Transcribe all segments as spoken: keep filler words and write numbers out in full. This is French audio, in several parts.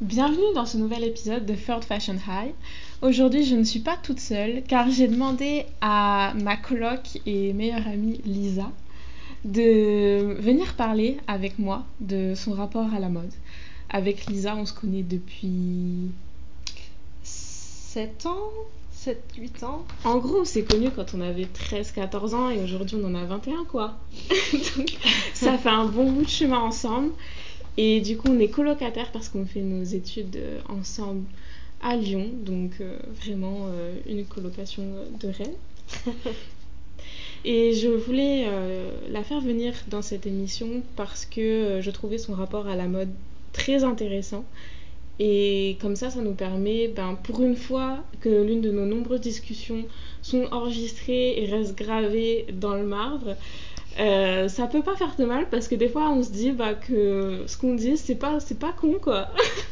Bienvenue dans ce nouvel épisode de Third Fashion High. Aujourd'hui, je ne suis pas toute seule car j'ai demandé à ma coloc et meilleure amie Lisa de venir parler avec moi de son rapport à la mode. Avec Lisa, on se connaît depuis sept ans, sept huit ans. En gros, on s'est connus quand on avait treize quatorze ans et aujourd'hui on en a vingt et un quoi. Donc ça fait un bon bout de chemin ensemble. Et du coup, on est colocataires parce qu'on fait nos études ensemble à Lyon. Donc, euh, vraiment euh, une colocation de rêve. Et je voulais euh, la faire venir dans cette émission parce que euh, je trouvais son rapport à la mode très intéressant. Et comme ça, ça nous permet, ben, pour une fois que l'une de nos nombreuses discussions sont enregistrées et restent gravées dans le marbre, Euh, ça peut pas faire de mal parce que des fois on se dit bah, que ce qu'on dit c'est pas, c'est pas con quoi.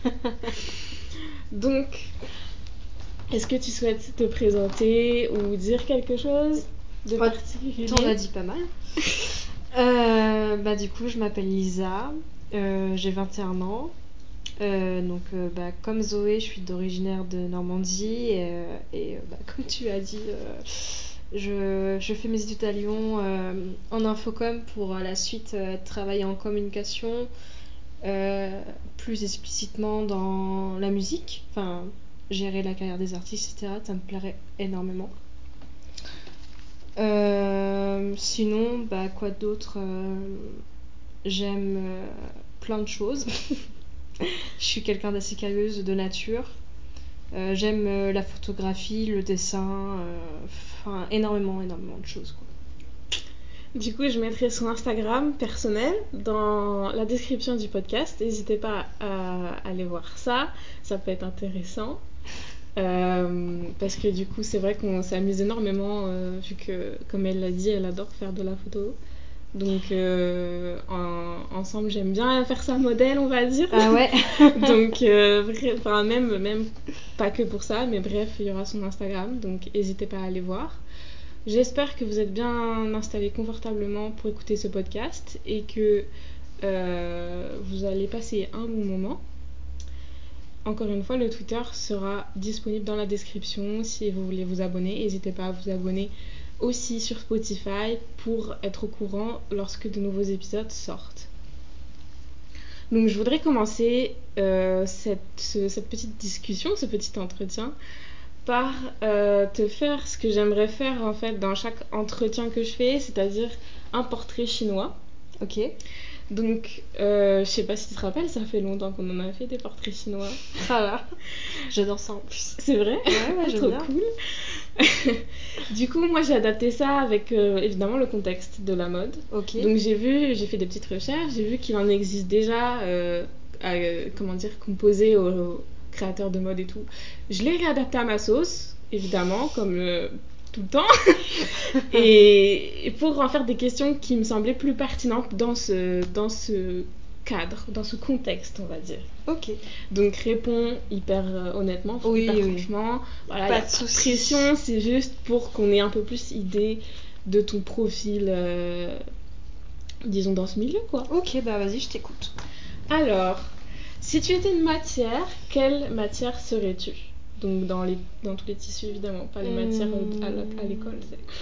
Donc, est-ce que tu souhaites te présenter ou dire quelque chose de Ouais, particulier? T'en as dit pas mal. euh, bah, du coup, je m'appelle Lisa, euh, j'ai vingt et un ans. Euh, donc, euh, bah, comme Zoé, je suis d'originaire de Normandie. Et, euh, et bah, comme tu as dit, euh, je, je fais mes études à Lyon euh, en infocom pour à la suite euh, travailler en communication, euh, plus explicitement dans la musique, enfin gérer la carrière des artistes, et cetera. Ça me plairait énormément. Euh, sinon, bah, quoi d'autre euh, J'aime euh, plein de choses. Je suis quelqu'un d'assez curieuse de nature. Euh, j'aime euh, la photographie, le dessin, enfin euh, énormément, énormément de choses, quoi. Du coup, je mettrai son Instagram personnel dans la description du podcast. N'hésitez pas à aller voir ça, ça peut être intéressant. Euh, parce que du coup, c'est vrai qu'on s'amuse énormément, euh, vu que, comme elle l'a dit, elle adore faire de la photo. Donc, euh, en, ensemble, j'aime bien faire ça modèle, on va dire. Ah ouais. Donc, euh, vrai, enfin, même, même pas que pour ça, mais bref, il y aura son Instagram. Donc, n'hésitez pas à aller voir. J'espère que vous êtes bien installés confortablement pour écouter ce podcast et que euh, vous allez passer un bon moment. Encore une fois, le Twitter sera disponible dans la description si vous voulez vous abonner. N'hésitez pas à vous abonner aussi sur Spotify pour être au courant lorsque de nouveaux épisodes sortent. Donc je voudrais commencer euh, cette, ce, cette petite discussion, ce petit entretien, par euh, te faire ce que j'aimerais faire en fait dans chaque entretien que je fais, c'est-à-dire un portrait chinois. Ok. Donc, euh, je sais pas si tu te rappelles, ça fait longtemps qu'on en a fait des portraits chinois. Ah là, j'adore ça en plus. C'est vrai? Ouais, ouais, j'aime Trop bien. Cool. Du coup, moi j'ai adapté ça avec euh, évidemment le contexte de la mode. Ok. Donc j'ai vu, j'ai fait des petites recherches, j'ai vu qu'il en existe déjà, euh, à, euh, comment dire, composé aux, aux créateurs de mode et tout. Je l'ai réadapté à ma sauce, évidemment, comme euh, tout le temps. et, et pour en faire des questions qui me semblaient plus pertinentes dans ce, dans ce cadre, dans ce contexte, on va dire. Ok. Donc réponds hyper euh, honnêtement, Oui, hyper oui. franchement. Voilà, Pas y a de pas soucis. de pression, c'est juste pour qu'on ait un peu plus idée de ton profil, euh, disons dans ce milieu quoi. Ok, bah vas-y, je t'écoute. Alors, si tu étais une matière, quelle matière serais-tu? Donc dans, les, dans tous les tissus évidemment, pas les matières Mmh... à, la, à l'école.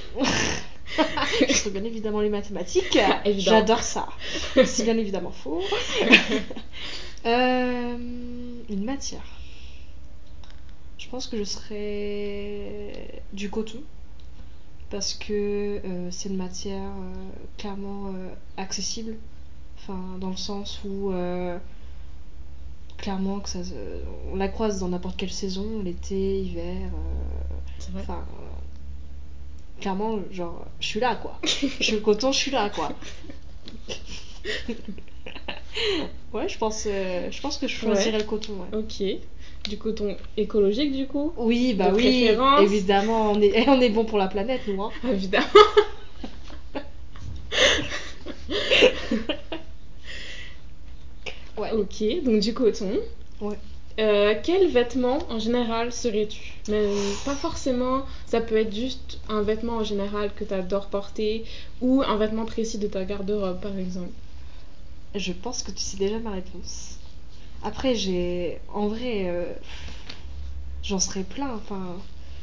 Je serais bien évidemment les mathématiques. Évidemment. J'adore ça. C'est bien évidemment faux. euh, une matière. Je pense que je serais du coton. Parce que euh, c'est une matière euh, clairement euh, accessible. Enfin, dans le sens où euh, clairement que ça, euh, on la croise dans n'importe quelle saison, l'été, hiver. Euh, C'est vrai. Enfin, clairement, genre, je suis là quoi. Je suis le coton, je suis là quoi. Ouais, je pense, euh, je pense que je choisirais Ouais. le coton. Ouais. Ok. Du coton écologique du coup? Oui, bah de oui, préférence. évidemment, on est, on est bon pour la planète, nous. Hein. Évidemment. Ouais. Ok, donc du coton. Ouais. Euh, quel vêtement en général serais-tu? Même pas forcément, ça peut être juste un vêtement en général que tu adores porter ou un vêtement précis de ta garde-robe par exemple. Je pense que tu sais déjà ma réponse. Après, j'ai. En vrai, euh, j'en serais plein. Enfin.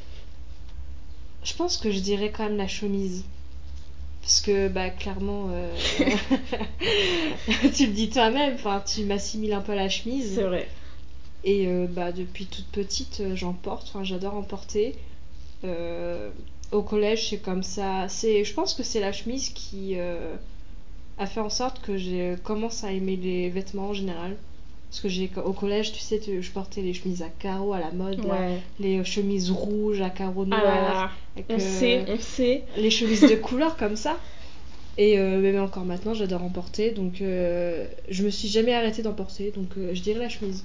Je pense que je dirais quand même la chemise. Parce que, bah, clairement, euh, tu le dis toi-même, enfin, tu m'assimiles un peu à la chemise. C'est vrai. Et euh, bah, depuis toute petite, euh, j'en porte, enfin, j'adore en porter. Euh, au collège, c'est comme ça. C'est, je pense que c'est la chemise qui euh, a fait en sorte que je commence à aimer les vêtements en général. Parce que j'ai, au collège, tu sais, tu- je portais les chemises à carreaux à la mode, là, Ouais. les chemises rouges à carreaux Ah noirs, là là. avec On euh, sait, on sait. les chemises de couleur comme ça. Et euh, même encore maintenant, j'adore en porter. Donc, euh, je me suis jamais arrêtée d'en porter. Donc, euh, je dirais la chemise.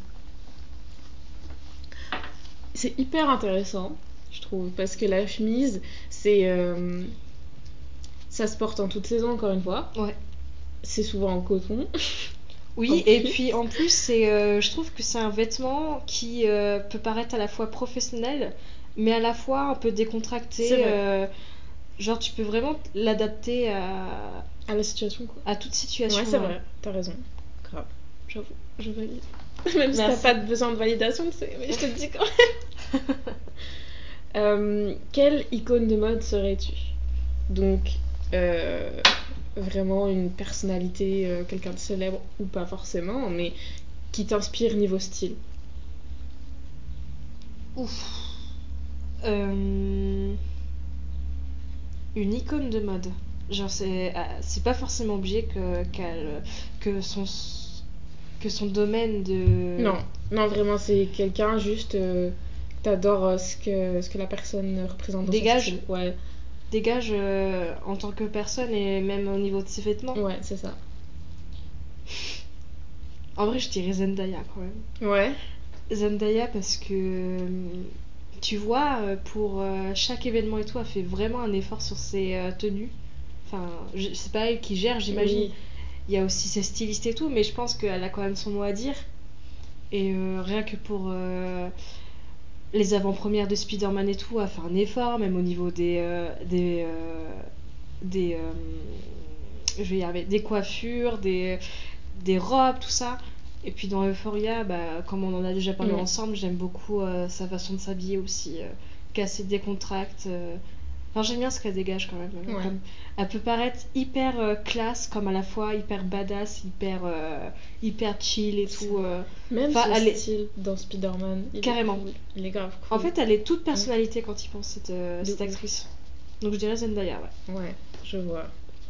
C'est hyper intéressant, je trouve, parce que la chemise, c'est. euh, ça se porte en toute saison, encore une fois. Ouais. C'est souvent en coton. Oui, En et plus. puis en plus, c'est, euh, je trouve que c'est un vêtement qui euh, peut paraître à la fois professionnel, mais à la fois un peu décontracté. C'est vrai. euh, genre, tu peux vraiment l'adapter à, À la situation, quoi. à toute situation. Ouais, c'est ouais. vrai, t'as raison. Grave. J'avoue, je valide. Même si t'as Merci. pas besoin de validation, tu sais, mais je te le dis quand même. Euh, quelle icône de mode serais-tu? Donc, euh, vraiment une personnalité, euh, quelqu'un de célèbre ou pas forcément, mais qui t'inspire niveau style. Ouf. Euh, Une icône de mode. Genre, c'est, ah, c'est pas forcément obligé que, qu'elle, que, son, que son domaine de. Non, non, vraiment, c'est quelqu'un juste. Euh, t'adores euh, ce que, ce que la personne représente dans son Dégage. style. Ouais, dégage euh, en tant que personne et même au niveau de ses vêtements. ouais, c'est ça. En vrai, je dirais Zendaya quand même. Ouais. Zendaya parce que euh, tu vois, euh, pour euh, chaque événement et tout, elle fait vraiment un effort sur ses euh, tenues. Enfin, je- c'est pas elle qui gère, j'imagine. Oui. Il y a aussi ses stylistes et tout, mais je pense qu'elle a quand même son mot à dire. Et euh, rien que pour euh, les avant-premières de Spider-Man et tout, elle fait un effort, même au niveau des. euh, des. euh, des euh, je vais y arriver, des coiffures, des, des robes, tout ça. Et puis dans Euphoria, bah, comme on en a déjà parlé Mm. ensemble, j'aime beaucoup euh, sa façon de s'habiller aussi, euh, qui est assez décontracte. euh. Enfin, j'aime bien ce qu'elle dégage quand même. euh, Ouais. Comme... Elle peut paraître hyper euh, classe, comme à la fois hyper badass, hyper, euh, hyper chill et C'est tout. vrai. euh. Même Enfin, son elle est style dans Spider-Man, il carrément. est cool. Il est grave En cool. fait, elle est toute Mm. personnalité quand il pense, cette, euh, De cette ouf. actrice. Donc je dirais Zendaya, ouais. Ouais, je vois.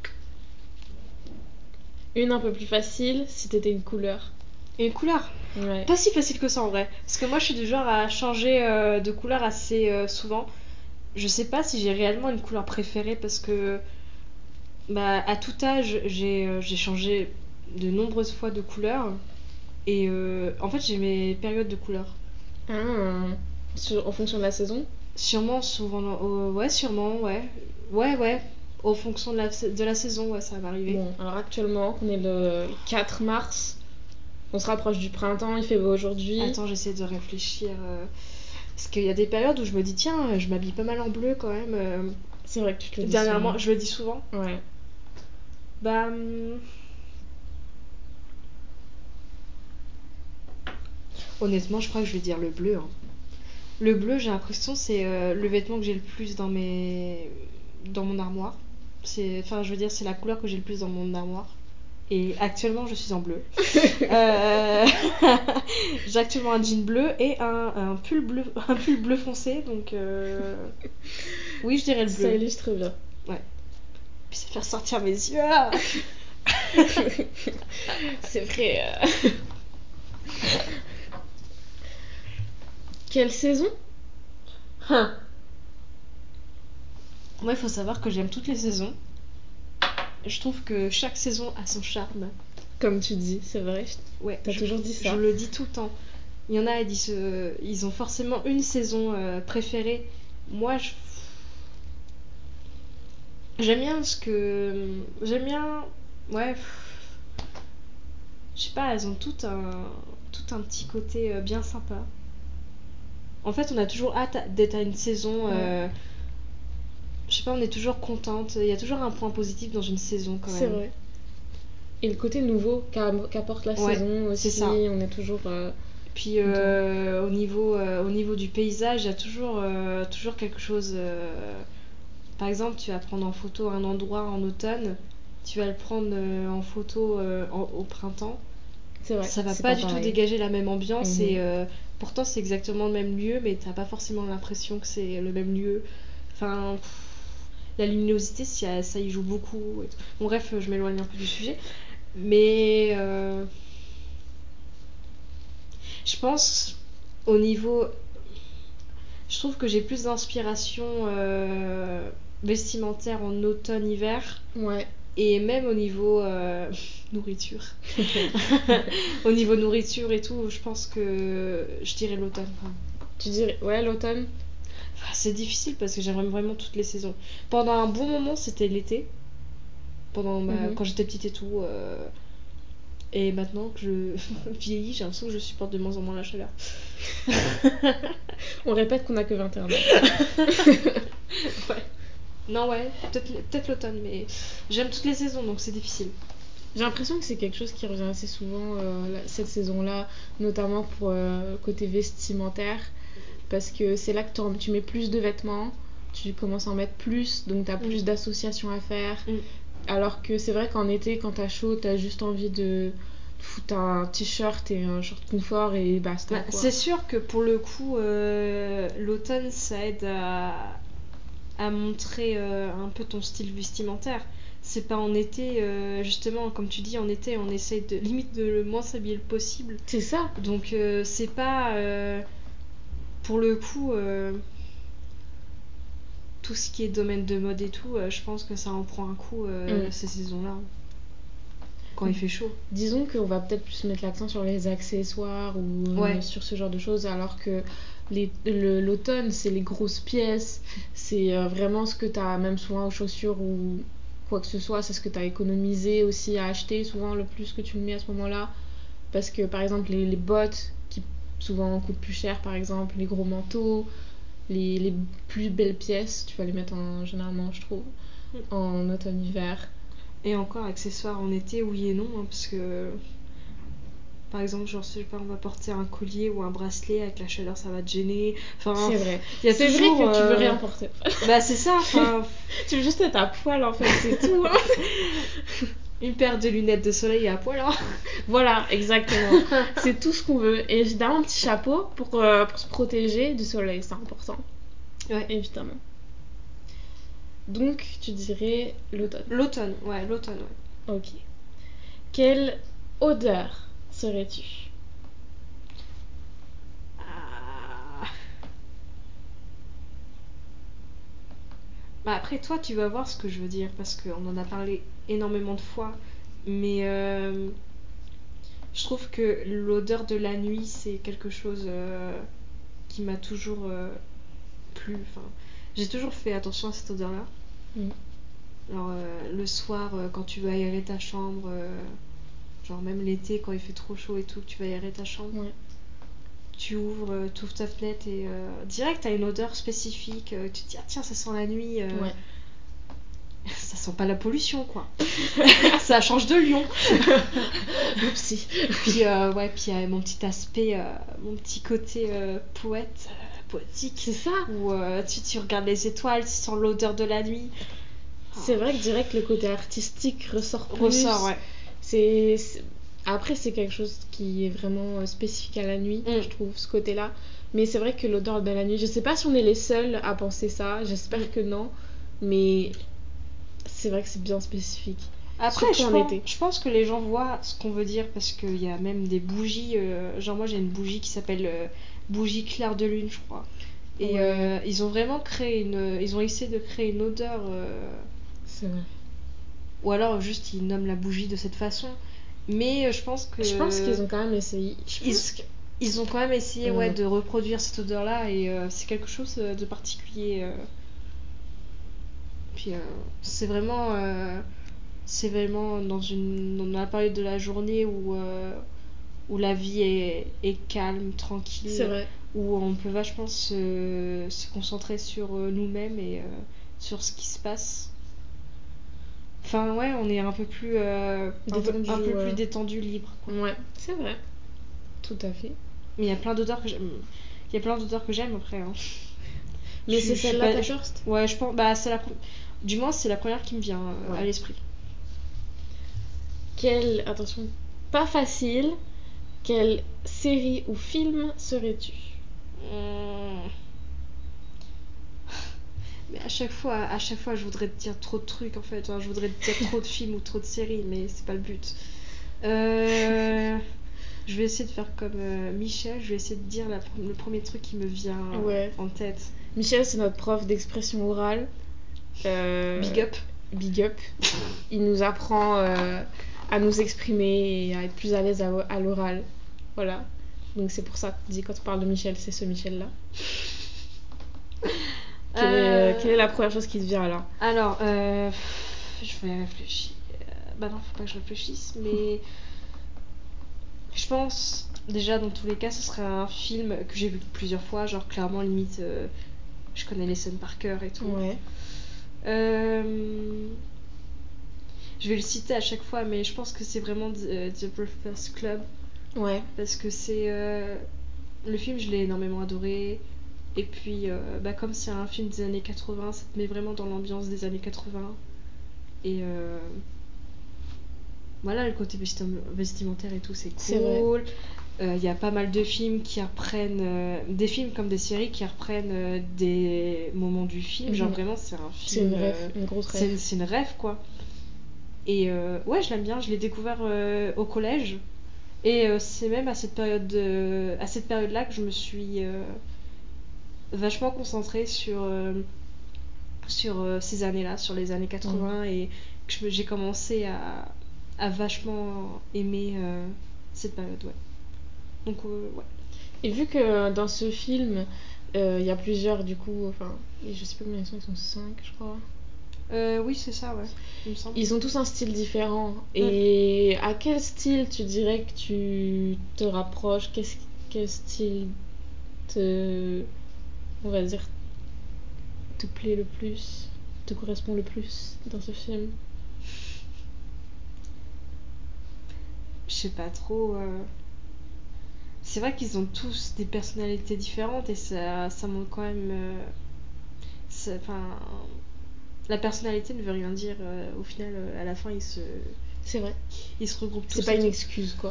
Une un peu plus facile, si t'étais une couleur. Et une couleur. Ouais. Pas si facile que ça en vrai. Parce que moi je suis du genre à changer euh, de couleur assez euh, souvent. Je sais pas si j'ai réellement une couleur préférée parce que bah, à tout âge j'ai euh, j'ai changé de nombreuses fois de couleur. Et euh, en fait j'ai mes périodes de couleur. Ah, sur, en fonction de la saison. Sûrement, souvent. euh, ouais, sûrement, ouais. Ouais, ouais. Au fonction de la, de la saison, ouais, ça va m'arriver. Bon, alors actuellement, on est le quatre mars. On se rapproche du printemps, il fait beau aujourd'hui. Attends, j'essaie de réfléchir. euh, Parce qu'il y a des périodes où je me dis, tiens, je m'habille pas mal en bleu quand même. euh, C'est vrai que tu te le dis Dernièrement, souvent. je le dis souvent. Ouais. Bah. hum, Honnêtement, je crois que je vais dire le bleu. hein. Le bleu, j'ai l'impression, c'est euh, le vêtement que j'ai le plus dans mes. Dans mon armoire. C'est... Enfin, je veux dire, c'est la couleur que j'ai le plus dans mon armoire. Et actuellement, je suis en bleu. Euh, J'ai actuellement un jean bleu et un, un pull bleu, un pull bleu foncé, donc euh, oui, je dirais le Ça bleu. illustre bien. Ouais. Puis ça fait ressortir mes yeux. Ah C'est vrai. euh. Quelle saison? Hein. Moi, il faut savoir que j'aime toutes les saisons. Je trouve que chaque saison a son charme. Comme tu dis, c'est vrai. Ouais, T'as je, toujours dit je ça. le dis tout le temps. Il y en a, ils, disent, euh, ils ont forcément une saison euh, préférée. Moi, je... j'aime bien ce que. J'aime bien. Ouais. Je sais pas, elles ont tout un, tout un petit côté euh, bien sympa. En fait, on a toujours hâte d'être à une saison. Euh, je sais pas, on est toujours contente. Il y a toujours un point positif dans une saison quand C'est même. vrai. Et le côté nouveau qu'a- qu'apporte la Ouais, saison c'est aussi, ça. on est toujours... euh, Puis euh, au, niveau, euh, au niveau du paysage, il y a toujours, euh, toujours quelque chose. euh, Par exemple, tu vas prendre en photo un endroit en automne, tu vas le prendre euh, en photo euh, en- au printemps. C'est vrai, Ça va c'est pas pas du tout pareil. dégager la même ambiance Mhm. et euh, pourtant c'est exactement le même lieu, mais t'as pas forcément l'impression que c'est le même lieu. Enfin, pff, la luminosité, ça, ça y joue beaucoup. et tout. Bon, bref, je m'éloigne un peu du sujet, mais euh, je pense au niveau. Je trouve que j'ai plus d'inspiration euh, vestimentaire en automne-hiver. Ouais. Et même au niveau euh, nourriture. Au niveau nourriture et tout, je pense que je dirais l'automne. Enfin, Tu dirais, ouais, l'automne. c'est difficile parce que j'aime vraiment toutes les saisons. Pendant un bon moment, c'était l'été. Pendant ma- Mhm. Quand j'étais petite et tout. euh, Et maintenant que je vieillis, j'ai l'impression que je supporte de moins en moins la chaleur. On répète qu'on a que vingt et un ans. Ouais. Non, ouais, peut-être peut-être l'automne, mais j'aime toutes les saisons donc c'est difficile. J'ai l'impression que c'est quelque chose qui revient assez souvent euh, la- cette saison-là, notamment pour euh, côté vestimentaire, parce que c'est là que t'en- tu mets plus de vêtements, tu commences à en mettre plus, donc t'as plus Mm. d'associations à faire. Mm. Alors que c'est vrai qu'en été, quand t'as chaud, t'as juste envie de foutre un t-shirt et un short confort et basta, Bah, quoi. c'est sûr que pour le coup, euh, l'automne, ça aide à, à montrer euh, un peu ton style vestimentaire. C'est pas en été, euh, justement, comme tu dis, en été, on essaye de limite de le moins s'habiller le possible. C'est ça. Donc euh, c'est pas, euh, pour le coup, euh, tout ce qui est domaine de mode et tout, euh, je pense que ça en prend un coup euh, Mm. ces saisons-là, quand il fait chaud. Disons qu'on va peut-être plus mettre l'accent sur les accessoires ou euh, Ouais. sur ce genre de choses, alors que les- le- l'automne, c'est les grosses pièces, c'est euh, vraiment ce que tu as, même souvent aux chaussures ou quoi que ce soit, c'est ce que tu as économisé aussi à acheter, souvent le plus que tu le mets à ce moment-là. Parce que par exemple, les, les bottes qui souvent coûtent plus cher, par exemple, les gros manteaux, les, les plus belles pièces, tu vas les mettre en, généralement, je trouve, en automne-hiver. Et encore, accessoires en été, oui et non, hein, parce que par exemple, genre, je sais pas, on va porter un collier ou un bracelet, avec la chaleur ça va te gêner. Enfin, C'est vrai. il y a C'est vrai toujours. que tu veux euh, rien porter. Bah, c'est ça, enfin, Tu veux juste être à poil en fait, c'est tout. Hein. une paire de lunettes de soleil à poil, hein. Voilà, exactement. C'est tout ce qu'on veut. Et évidemment, un petit chapeau pour, euh, pour se protéger du soleil, c'est important. Ouais. Évidemment. Donc, tu dirais l'automne. L'automne, ouais, l'automne, ouais. Ok. Quelle odeur serais-tu? Ah. Bah, après, toi, tu vas voir ce que je veux dire, parce qu'on en a parlé énormément de fois, mais euh, je trouve que l'odeur de la nuit, c'est quelque chose euh, qui m'a toujours euh, plu. Enfin, j'ai toujours fait attention à cette odeur-là. Mm. Alors, euh, le soir, euh, quand tu vas aérer ta chambre, euh, genre même l'été, quand il fait trop chaud et tout, que tu vas aérer ta chambre, Ouais. tu ouvres, euh, tu ouvres ta fenêtre et euh, direct, t'as une odeur spécifique. euh, tu te dis, ah tiens, ça sent la nuit. euh, Ouais. Ça sent pas la pollution, quoi. Ça change de Lyon. Oupsie. Puis, euh, ouais, puis euh, mon petit aspect, euh, mon petit côté euh, poète, euh, poétique. C'est ça. Où euh, tu, tu regardes les étoiles, tu sens l'odeur de la nuit. C'est vrai que direct le côté artistique ressort plus. Ressort, ouais. C'est, c'est- Après, c'est quelque chose qui est vraiment euh, spécifique à la nuit, Mm. je trouve, ce côté-là. Mais c'est vrai que l'odeur de la nuit, je sais pas si on est les seuls à penser ça, j'espère Mm. que non. Mais c'est vrai que c'est bien spécifique. Après, Surtout je en pense, été. je pense que les gens voient ce qu'on veut dire parce qu'il y a même des bougies. euh, genre, moi j'ai une bougie qui s'appelle euh, bougie clair de lune, je crois. Et Ouais. euh, ils ont vraiment créé une. Ils ont essayé de créer une odeur. euh, C'est vrai. ou alors juste ils nomment la bougie de cette façon. Mais euh, je pense que. Je pense qu'ils ont quand même essayé. Je Ils, pense que... ils ont quand même essayé ouais, Mm. de reproduire cette odeur-là et euh, c'est quelque chose euh, de particulier. euh. Puis euh, c'est vraiment. euh, C'est vraiment dans, une, dans la période de la journée où, euh, où la vie est, est calme, C'est tranquille, vrai. où on peut vachement se, se concentrer sur euh, nous-mêmes et euh, sur ce qui se passe. Enfin, ouais, on est un peu plus. Euh, Détendu, un, un peu ouais. plus détendu, libre. Quoi. Ouais, c'est vrai. Tout à fait. Mais il y a plein d'auteurs que j'aime. Il y a plein d'auteurs que j'aime après. Hein. Mais Je- c'est je suis celle-là pas- ta je- first? Ouais, je pense. Bah, c'est la. pre- Du moins, c'est la première qui me vient euh, Ouais. à l'esprit. Quelle. Attention, pas facile. Quelle série ou film serais-tu? Mmh. Mais à chaque fois, à chaque fois, je voudrais te dire trop de trucs en fait. Hein. Je voudrais te dire trop de films ou trop de séries, mais c'est pas le but. Euh, Je vais essayer de faire comme euh, Michel. Je vais essayer de dire la- le premier truc qui me vient Ouais. en tête. Michel, c'est notre prof d'expression orale. Euh, Big up. Big up. Il nous apprend euh, à nous exprimer et à être plus à l'aise à, à l'oral. Voilà. Donc c'est pour ça qu'on dit quand on parle de Michel, c'est ce Michel-là. Quelle, Euh, est, quelle est la première chose qui te vient là? Alors, euh, je vais réfléchir. Bah non, faut pas que je réfléchisse, mais je pense déjà dans tous les cas, ce serait un film que j'ai vu plusieurs fois, genre clairement limite, euh, je connais les scènes par cœur et tout. Ouais. Euh, Je vais le citer à chaque fois, mais je pense que c'est vraiment The, euh, The Breakfast Club Ouais. parce que c'est euh, le film, je l'ai énormément adoré. Et puis, euh, bah, comme c'est un film des années quatre-vingts, ça te met vraiment dans l'ambiance des années quatre-vingts. Et euh, voilà, le côté vestim- vestimentaire et tout, c'est C'est vrai. cool. Il euh, y a pas mal de films qui reprennent, euh, des films comme des séries qui reprennent euh, des moments du film. Genre Mhm. vraiment, c'est un C'est une film. rêve, euh, une grosse c'est rêve. une, c'est une rêve, quoi. Et euh, ouais, je l'aime bien. Je l'ai découvert euh, au collège. Et euh, c'est même à cette période de- à cette période-là que je me suis euh, vachement concentrée sur, euh, sur euh, ces années-là, sur les années quatre-vingts, et que je me- j'ai commencé à, à vachement aimer euh, cette période, ouais. Donc, euh, ouais. Et vu que dans ce film, il euh, y a plusieurs, du coup, enfin, je sais pas combien ils sont, ils sont cinq, je crois. Euh, oui, c'est ça, ouais, il me semble. Ils ont tous un style différent. Mm. Et à quel style tu dirais que tu te rapproches? Qu'est-ce, quel style te, on va dire, te plaît le plus, te correspond le plus dans ce film? Je sais pas trop. euh, C'est vrai qu'ils ont tous des personnalités différentes et ça, ça montre quand même. euh, ça- Enfin, la personnalité ne veut rien dire. euh, Au final, euh, à la fin, ils se, C'est vrai. ils se regroupent tous. C'est pas une autour. excuse, quoi.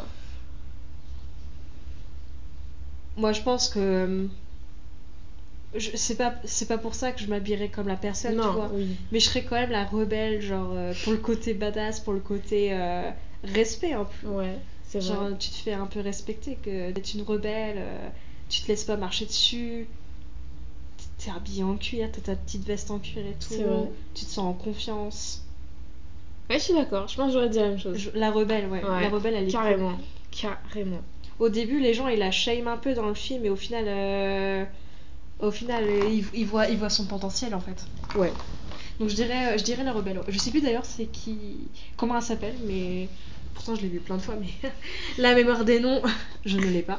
Moi, je pense que. euh, je- C'est pas, c'est pas pour ça que je m'habillerais comme la personne, tu Non, vois. oui. Mais je serais quand même la rebelle, genre, euh, pour le côté badass, pour le côté euh, respect un peu. Ouais, c'est vrai. Genre, tu te fais un peu respecter, que d'être une rebelle, euh, tu te laisses pas marcher dessus, t'es habillée en cuir, t'as ta petite veste en cuir et C'est tout, vrai. tu te sens en confiance. Ouais, je suis d'accord. Je pense que j'aurais dit la même chose. Je- La rebelle, ouais. Ouais, La rebelle, elle est cool. carrément. Carrément. Au début, les gens, ils la shame un peu dans le film, et au final, euh, au final, euh, ils, ils voient, ils voient son potentiel, en fait. Ouais. Donc je dirais, euh, je dirais la rebelle. Je sais plus d'ailleurs c'est qui, comment elle s'appelle, mais pourtant je l'ai vu plein de fois, mais la mémoire des noms, je ne l'ai pas.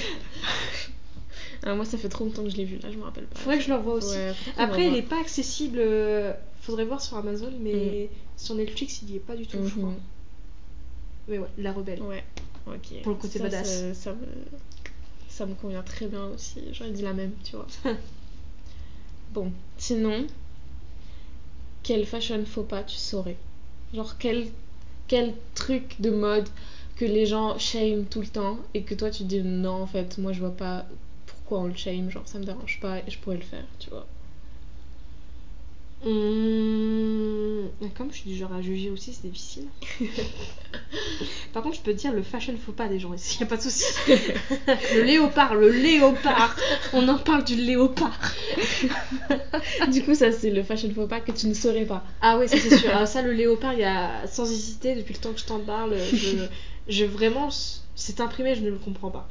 Ah, moi, ça fait trop longtemps que je l'ai vu, là, je me rappelle pas. Faudrait que je le revoie aussi. Ouais, faudrait qu'on Après, le il revoie. est pas accessible. euh, Faudrait voir sur Amazon, mais sur Netflix, il y est pas du tout, je crois. Mhm. Mais ouais, la rebelle. Ouais, ok. Pour le côté ça, badass. Ça, ça me... ça me convient très bien aussi. J'aurais dit la même, tu vois. Bon, sinon, quel fashion faux pas tu saurais? Genre, quel, quel truc de mode que les gens shame tout le temps et que toi tu te dis non, en fait, moi je vois pas pourquoi on le shame, genre ça me dérange pas et je pourrais le faire, tu vois. Hum, Comme je suis du genre à juger aussi, c'est difficile. Par contre, je peux te dire le fashion faux pas des gens ici, y a pas de souci. Le léopard, le léopard. On en parle du léopard. Du coup, ça c'est le fashion faux pas que tu ne saurais pas. Ah oui, ça c'est sûr. Ah, ça, le léopard, il y a sans hésiter, depuis le temps que je t'en parle, je, je vraiment, c'est imprimé, je ne le comprends pas.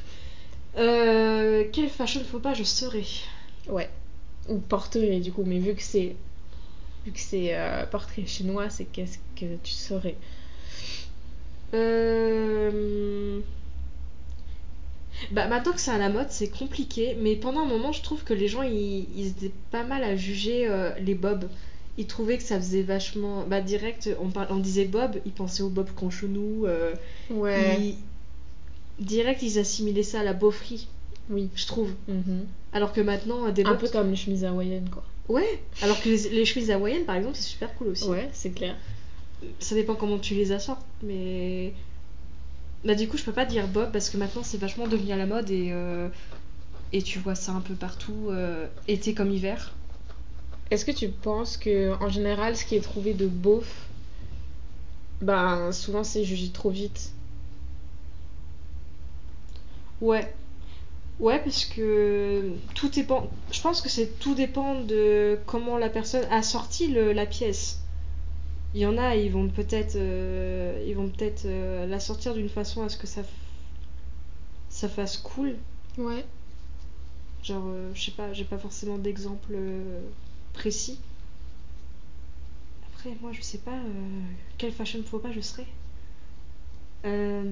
Euh, quel fashion faux pas je saurais? Ouais. Ou porterait du coup, mais vu que c'est vu que c'est euh, portrait chinois, c'est qu'est-ce que tu saurais? Euh... Bah maintenant que c'est à la mode, c'est compliqué, mais pendant un moment, je trouve que les gens ils, ils étaient pas mal à juger euh, les bobs. il trouvait que ça faisait vachement. Bah, direct, on, par... on disait Bob, il pensait au Bob Conchenou. Euh, Ouais. il... Direct, ils assimilaient ça à la beaufrie, Oui. je trouve. Mhm. Alors que maintenant, des Un Bobs. peu comme les chemises hawaïennes, quoi. Ouais, alors que les, les chemises hawaïennes, par exemple, c'est super cool aussi. Ouais, c'est clair. Ça dépend comment tu les assortes, mais. Bah, du coup, je peux pas dire Bob parce que maintenant, c'est vachement devenu à la mode et. Euh... Et tu vois ça un peu partout, euh, été comme hiver. Est-ce que tu penses que, en général, ce qui est trouvé de beauf, ben, souvent c'est jugé trop vite? Ouais. Ouais, parce que tout dépend. Je pense que c'est tout dépend de comment la personne a sorti le, la pièce. Il y en a, ils vont peut-être, euh, ils vont peut-être euh, la sortir d'une façon à ce que ça, f- ça fasse cool. Ouais. Genre, euh, je sais pas, j'ai pas forcément d'exemple euh, précis. Après, moi, je sais pas euh, quel fashion faux pas je serais. Euh,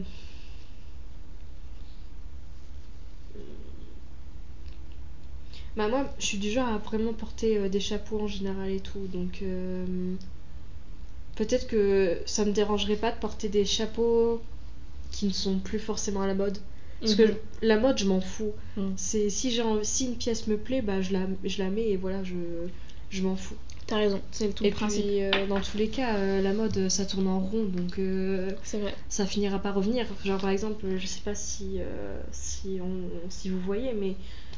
Bah moi, je suis du genre à vraiment porter euh, des chapeaux en général et tout, donc euh, peut-être que ça me dérangerait pas de porter des chapeaux qui ne sont plus forcément à la mode. Parce que Mhm. je- la mode, je m'en fous. Mm. C'est si j'ai envie- si une pièce me plaît, bah je la, je la mets et voilà, je, je m'en fous. T'as raison, c'est tout Et le principe. puis euh, dans tous les cas, euh, la mode, ça tourne en rond, donc euh, C'est vrai. ça finira par revenir. Genre par exemple, je sais pas si euh, si on, si vous voyez, mais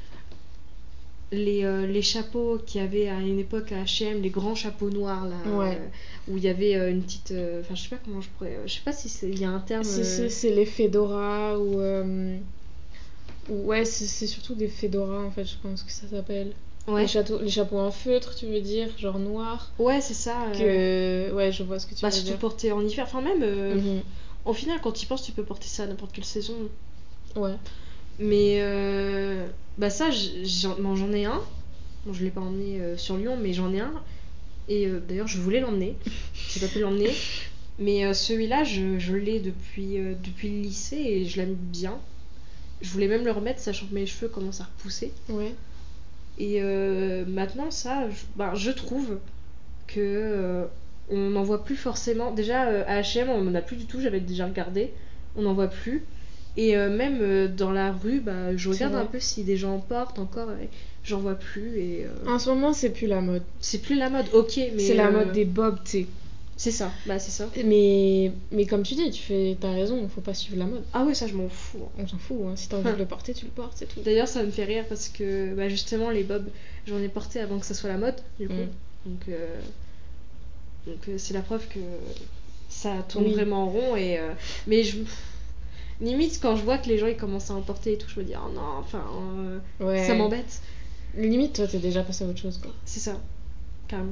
les, euh, les chapeaux qu'il y avait à une époque à H et M, les grands chapeaux noirs là, Ouais. euh, où il y avait euh, une petite, euh, enfin je sais pas comment je pourrais, je sais pas si c'est- il y a un terme. Si, euh, si, c'est les fedora ou. euh, ou- Ouais, c'est c'est surtout des fedora en fait, je pense que ça s'appelle. Les, Ouais, châteaux, les chapeaux en feutre, tu veux dire, genre noir. ouais c'est ça. euh, Que. Ouais, je vois ce que tu Bah veux surtout dire. porter en hiver, enfin même, euh, Mhm. au final quand tu y penses, tu peux porter ça à n'importe quelle saison. Ouais. Mais euh, bah ça, j- j'en bon, j'en ai un. Bon, je l'ai pas emmené euh, sur Lyon, mais j'en ai un. Et euh, d'ailleurs, je voulais l'emmener. J'ai pas pu l'emmener. Mais euh, celui-là, je, je l'ai depuis, euh, depuis le lycée et je l'aime bien. Je voulais même le remettre, sachant que mes cheveux commencent à repousser. Ouais. Et euh, maintenant, ça, je, bah, je trouve que euh, on n'en voit plus forcément. Déjà, euh, à H et M, on n'en a plus du tout, j'avais déjà regardé. On n'en voit plus. Et euh, même euh, dans la rue, bah, je C'est regarde un vrai. peu si des gens en portent encore. Et j'en vois plus. Et euh, En ce moment, c'est plus la mode. c'est plus la mode, ok, C'est mais la mode euh, des bobs, tu sais. c'est ça. Bah, c'est ça. Mais, mais comme tu dis, tu fais, t'as raison, faut pas suivre la mode. Ah ouais, ça, je m'en fous. On s'en fout, hein. Si t'as envie de le porter, tu le portes, c'est tout. D'ailleurs, ça me fait rire parce que bah, justement, les bobs, j'en ai porté avant que ça soit la mode, du coup. Mm. Donc, euh, donc euh, c'est la preuve que ça tourne Oui. vraiment en rond. Et, euh, mais je, limite, quand je vois que les gens ils commencent à en porter et tout, je me dis, oh non, enfin, euh, ça Ouais. m'embête. Limite, toi, t'es déjà passé à autre chose, quoi. C'est ça, carrément.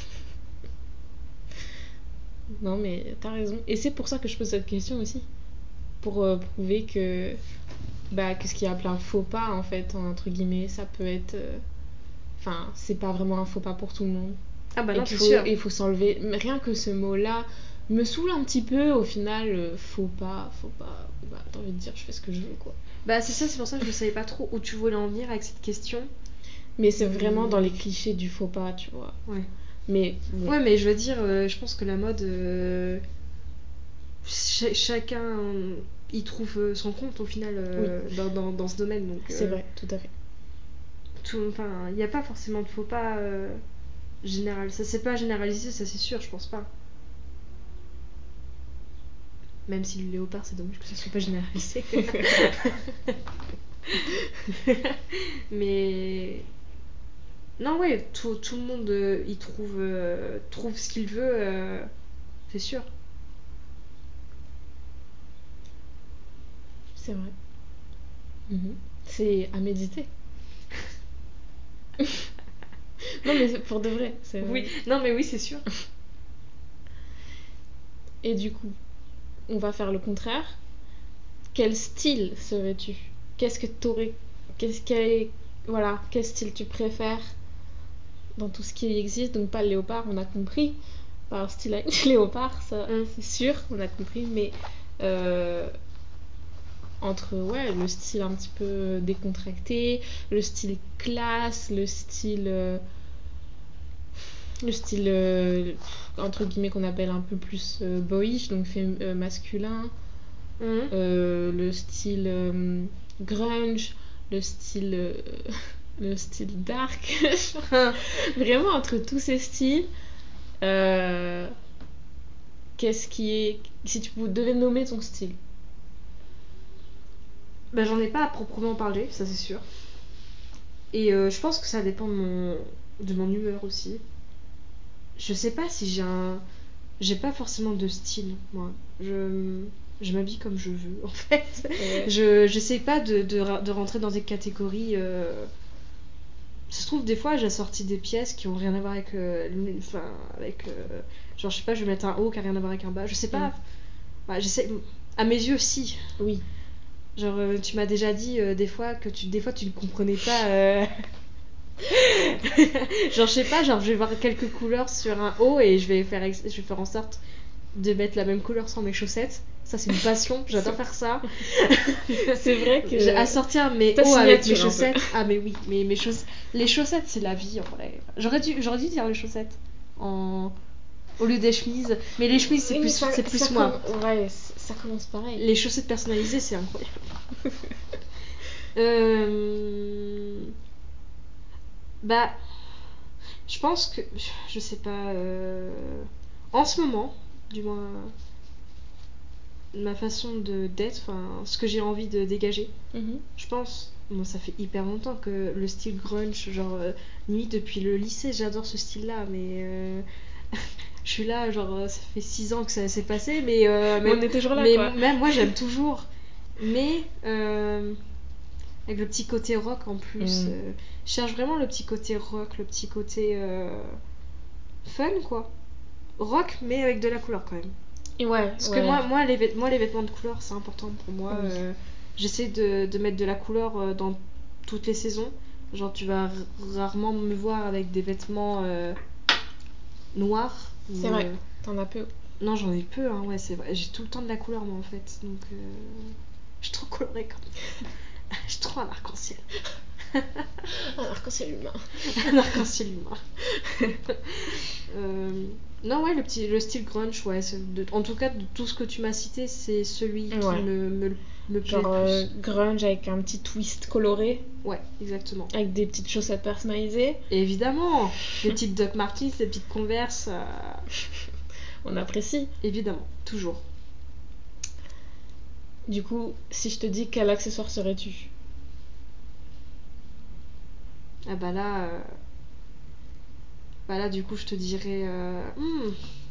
Non, mais t'as raison. Et c'est pour ça que je pose cette question aussi. Pour euh, prouver que, bah, que ce qui est appelé un faux pas, en fait, entre guillemets, ça peut être. euh, Enfin, c'est pas vraiment un faux pas pour tout le monde. Ah bah Et non, qu'il c'est faut, sûr. il faut s'enlever. Mais rien que ce mot-là me saoule un petit peu, au final, euh, faux pas, faux pas. Bah, t'as envie de dire, je fais ce que je veux, quoi. Bah c'est ça, c'est pour ça que je savais pas trop où tu voulais en venir avec cette question. Mais c'est vraiment dans Mais- les clichés du faux pas, tu vois. Ouais. Mais bon. Ouais, mais je veux dire, euh, je pense que la mode, euh, ch- chacun euh, y trouve euh, son compte au final Oui, euh, dans, dans, dans ce domaine. Donc, c'est euh, vrai, tout à fait. tout, enfin, il n'y a pas forcément de faux pas euh, général. Ça c'est pas généralisé, ça c'est sûr, je pense pas. Même si le léopard, c'est dommage que ça soit pas généralisé. Mais non, ouais, tout, tout le monde euh, y trouve, euh, trouve ce qu'il veut, euh, c'est sûr. C'est vrai. Mhm. C'est à méditer. Non, mais pour de vrai. c'est- Oui, non, mais oui, c'est sûr. Et du coup, on va faire le contraire. Quel style serais-tu? Qu'est-ce que t'aurais. Qu'est-ce quel... Voilà, quel style tu préfères dans tout ce qui existe? Donc, pas le léopard, on a compris. Pas un style avec léopard, ça Mm. c'est sûr, on a compris. Mais euh, entre ouais, le style un petit peu décontracté, le style classe, le style. euh, le style, euh, entre guillemets, qu'on appelle un peu plus euh, boyish, donc fém- euh, masculin. Mhm. Euh, le style euh, grunge, le style, euh, le style dark. Vraiment, entre tous ces styles, euh, qu'est-ce qui est... Si tu devais nommer ton style. Bah, j'en ai pas à proprement parler, ça c'est sûr. Et euh, je pense que ça dépend de mon, de mon humeur aussi. Je sais pas si j'ai un. J'ai pas forcément de style, moi. Je, je m'habille comme je veux, en fait. Ouais. Je j'essaie pas de, de, ra- de rentrer dans des catégories. Euh... Ça se trouve, des fois, j'ai sorti des pièces qui ont rien à voir avec. euh, l'une- Enfin, avec. euh, Genre, je sais pas, je vais mettre un haut qui a rien à voir avec un bas. Je sais pas. Mm. Bah, j'essaie. À mes yeux, si. Oui. Genre, euh, tu m'as déjà dit euh, des fois que tu, des fois, tu ne comprenais pas. euh, genre, je sais pas, genre, je vais voir quelques couleurs sur un haut et je vais faire, ex- je vais faire en sorte de mettre la même couleur sur mes chaussettes. Ça, c'est une passion, j'adore faire ça. C'est vrai que... J'ai assortir mes Ta hauts avec signature, mes un peu. chaussettes. Ah, mais oui, mais mes chaussettes. Les chaussettes, c'est la vie en vrai. J'aurais dû, j'aurais dû dire les chaussettes en... au lieu des chemises. Mais les chemises, c'est Oui, mais plus, ça- c'est plus ça moi. comm- Ouais, c- ça commence pareil. Les chaussettes personnalisées, c'est incroyable. euh... Bah, je pense que. Je sais pas. euh, En ce moment, du moins, ma façon de d'être, enfin, ce que j'ai envie de dégager, Mhm. je pense. Moi, ça fait hyper longtemps que le style grunge, genre, euh, limite depuis le lycée, j'adore ce style-là, mais. euh, Je suis là, genre, euh, ça fait six ans que ça s'est passé, mais. euh, Mais même, on est toujours là, mais quoi. même moi, j'aime toujours. Mais. euh, Avec le petit côté rock en plus. Mm. euh, Je cherche vraiment le petit côté rock, le petit côté. euh, Fun, quoi. Rock, mais avec de la couleur quand même. Et ouais, Parce ouais. que moi, moi, les vêt- moi, les vêtements de couleur, c'est important pour moi. Oui. euh, J'essaie de, de mettre de la couleur euh, dans toutes les saisons. Genre, tu vas r- rarement me voir avec des vêtements euh, noirs. C'est ou, vrai, euh, t'en as peu. Non, j'en ai peu, hein, ouais, c'est vrai. J'ai tout le temps de la couleur, moi, en fait. Donc, euh, je suis trop colorée quand même. Je suis trop un arc-en-ciel. Un arc-en-ciel humain. Un arc-en-ciel humain. Euh, Non, ouais, le, petit, le style grunge, ouais. c'est de- en tout cas, de tout ce que tu m'as cité, c'est celui qui Ouais. me, me, me plaît Genre le plus. euh, grunge avec un petit twist coloré, Ouais, exactement. avec des petites chaussettes personnalisées. Et évidemment, des petites Doc Martens, des petites Converse, euh, On apprécie. évidemment, toujours. Du coup, si je te dis quel accessoire serais-tu? Ah bah là, euh, bah là, du coup, je te dirais, euh, hmm,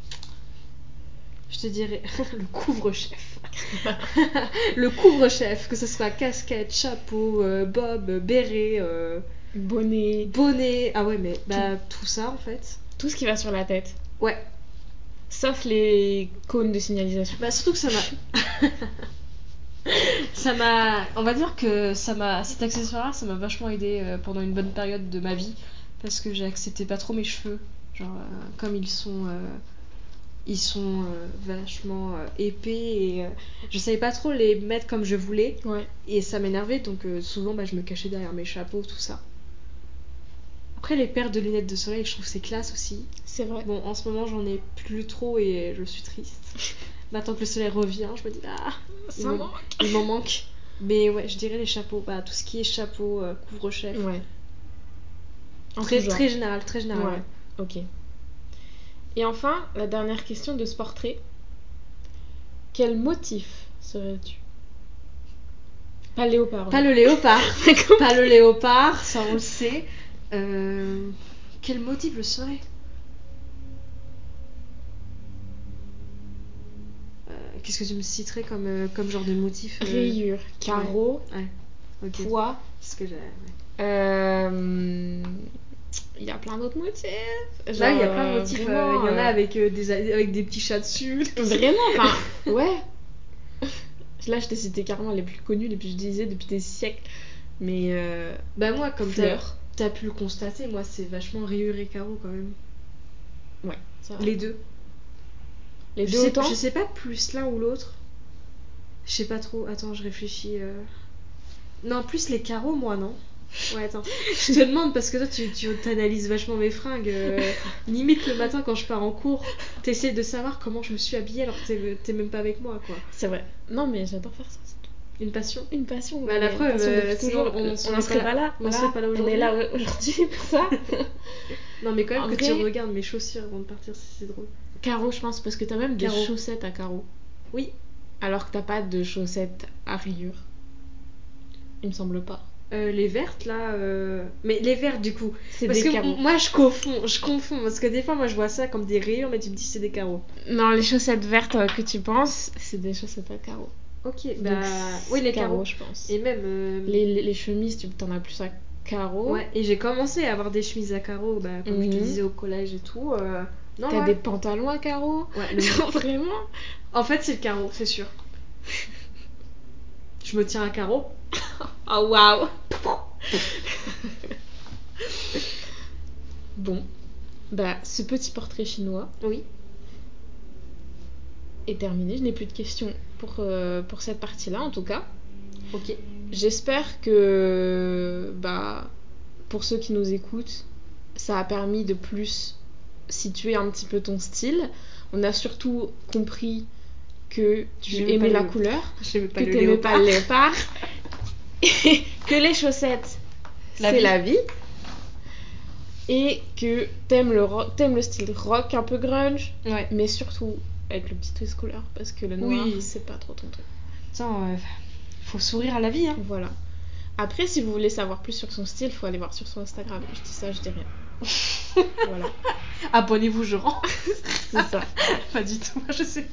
je te dirais le couvre-chef. Le couvre-chef, que ce soit casquette, chapeau, euh, bob, béret, euh, Bonnet, bonnet. Ah ouais, mais bah tout ça en fait. tout ce qui va sur la tête. Ouais. Sauf les cônes de signalisation. Bah surtout que ça m'a. Ça m'a. On va dire que ça m'a. Cet accessoire-là, ça m'a vachement aidé euh, pendant une bonne période de ma vie. Parce que j'ai accepté pas trop mes cheveux. Genre, euh, comme ils sont. euh, Ils sont euh, vachement euh, épais et euh, je savais pas trop les mettre comme je voulais. Ouais. Et ça m'énervait, donc euh, souvent bah, je me cachais derrière mes chapeaux, tout ça. Après, les paires de lunettes de soleil, je trouve que c'est classe aussi. C'est vrai. Bon, en ce moment, j'en ai plus trop et je suis triste. Maintenant que le soleil revient, je me dis, ah, Ça il, me- manque. il m'en manque. Mais ouais, je dirais les chapeaux. Bah, tout ce qui est chapeau, euh, couvre-chef. Ouais. En Très, tout genre. très général, très général. Ouais. Ouais. Ok. Et enfin, la dernière question de ce portrait. Quel motif serais-tu? Pas léopard. Pas hein. le léopard. T'as compris. Pas le léopard, ça on le sait. Euh, Quel motif le serait Euh, Qu'est-ce que tu me citerais comme, euh, comme genre de motif euh, Rayures, carreaux, Ouais, ouais. Ok. poids. C'est ce que j'ai. Ouais. Euh, Il y a plein d'autres motifs. Genre, Là, il y a plein de euh, motifs. euh, vraiment, Il y en a euh, avec, euh, des, avec des petits chats dessus. Vraiment, enfin, ouais. Là, je t'ai cité carrément les plus connus, les plus utilisés depuis des siècles. Mais euh, Bah, moi, comme t'as, fleurs. t'as pu le constater, moi, c'est vachement rayures et carreaux quand même. Ouais, c'est vrai. Les deux. Les je, deux sais, autant. je sais pas plus l'un ou l'autre. Je sais pas trop. Attends, je réfléchis. euh. Non, plus les carreaux, moi, non. Ouais, attends. Je te demande parce que toi, tu, tu t'analyses vachement mes fringues. euh, limite, le matin, quand je pars en cours, t'essaies de savoir comment je me suis habillée alors que t'es, t'es même pas avec moi, quoi. C'est vrai. Non, mais j'adore faire ça. C'est tout. Une passion. Une passion. Bah, la une preuve, passion euh, depuis sinon, toujours. on On serait n'en serait pas pas là- là. on Voilà. serait pas là On est aujourd'hui. là aujourd'hui pour ça. Non, mais quand même En que vrai- tu regardes mes chaussures avant de partir, c'est, c'est drôle. Carreaux, je pense, parce que t'as même des Carreaux. chaussettes à carreaux. Oui. Alors que t'as pas de chaussettes à rayures. Il me semble pas. Euh, les vertes là, euh... mais les vertes du coup. C'est Parce des que carreaux. m- moi je confonds, je confonds parce que des fois moi je vois ça comme des rayures mais tu me dis c'est des carreaux. Non, les chaussettes vertes euh, que tu penses, c'est des chaussettes à carreaux. Ok, Donc, bah c'est oui les carreaux, carreaux. je pense. Et même. euh, Les, les, les chemises, tu t'en as plus à carreaux. Ouais, et j'ai commencé à avoir des chemises à carreaux, bah, comme je te Mhm. disais au collège et tout. euh, Non, T'as ouais. des pantalons à carreaux. Ouais, le- Genre vraiment. En fait, c'est le carreau, c'est sûr. Je me tiens à carreau. Oh waouh. Bon, bah ce petit portrait chinois Oui. est terminé. Je n'ai plus de questions pour, euh, pour cette partie-là en tout cas. Ok. J'espère que bah, pour ceux qui nous écoutent, ça a permis de plus situer un petit peu ton style. On a surtout compris que tu J'aimais aimais pas la le- couleur, J'aimais pas que le t'aimais pas le léopard. léopard, que les chaussettes, La c'est vie. la vie, et que t'aimes le, ro- t'aimes le style rock un peu grunge, Ouais. mais surtout avec le petit twist couleur, parce que le noir, Oui. c'est pas trop ton truc. Attends, euh, faut sourire à la vie, hein. Voilà. Après, si vous voulez savoir plus sur son style, faut aller voir sur son Instagram. Je dis ça, je dis rien. Voilà. Abonnez-vous, je rends. C'est ça. Pas du tout, je sais.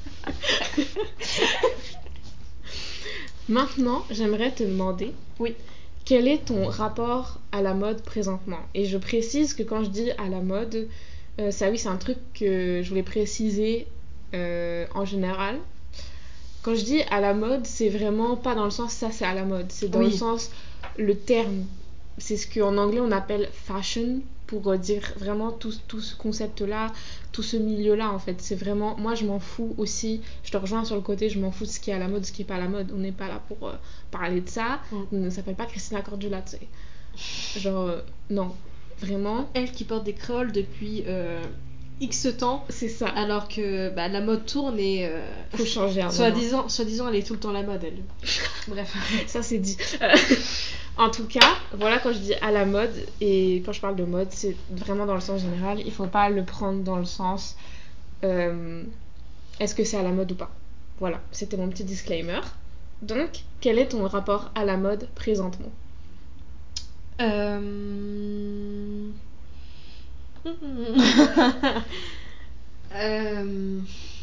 Maintenant, j'aimerais te demander Oui. quel est ton rapport à la mode présentement. Et je précise que quand je dis à la mode, euh, ça oui, c'est un truc que je voulais préciser euh, en général. Quand je dis à la mode, c'est vraiment pas dans le sens ça c'est à la mode, c'est dans Oui. le sens le terme. C'est ce qu'en anglais on appelle fashion pour euh, dire vraiment tout, tout ce concept-là, tout ce milieu-là en fait. C'est vraiment, moi je m'en fous aussi, je te rejoins sur le côté, je m'en fous de ce qui est à la mode, ce qui est pas à la mode. On n'est pas là pour euh, parler de ça, Mm. on ne s'appelle pas Christina Cordula, tu sais. Genre, euh, non, vraiment, Elle qui porte des créoles depuis euh, X temps, c'est ça. alors que bah, la mode tourne et. Euh, Faut changer un moment. Soi-disant, soi-disant, elle est tout le temps la mode, elle. Bref. Ça c'est dit. Euh, en tout cas, voilà quand je dis à la mode et quand je parle de mode, c'est vraiment dans le sens général. Il faut pas le prendre dans le sens euh, est-ce que c'est à la mode ou pas. Voilà, c'était mon petit disclaimer. Donc, quel est ton rapport à la mode présentement? Euh... euh...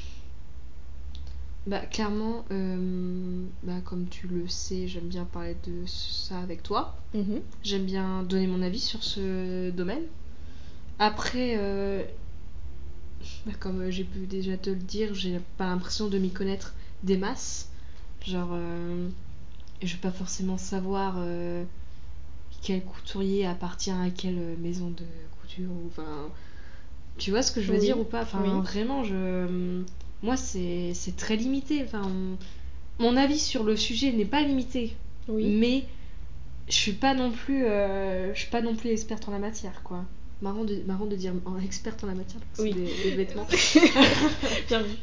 Bah clairement, euh, bah, comme tu le sais, j'aime bien parler de ça avec toi. Mhm. J'aime bien donner mon avis sur ce domaine. Après, euh, bah, comme j'ai pu déjà te le dire, j'ai pas l'impression de m'y connaître des masses. Genre, euh, je vais pas forcément savoir euh, quel couturier appartient à quelle maison de couture. Ou, enfin, tu vois ce que je veux Oui, dire ou pas? Enfin, oui. vraiment, je, moi, c'est c'est très limité. Enfin, on- mon avis sur le sujet n'est pas limité, Oui. mais je suis pas non plus, euh, je suis pas non plus experte en la matière, quoi. Marrant de, marrant de dire en experte en la matière, parce que Oui. c'est des, des vêtements. Bien vu.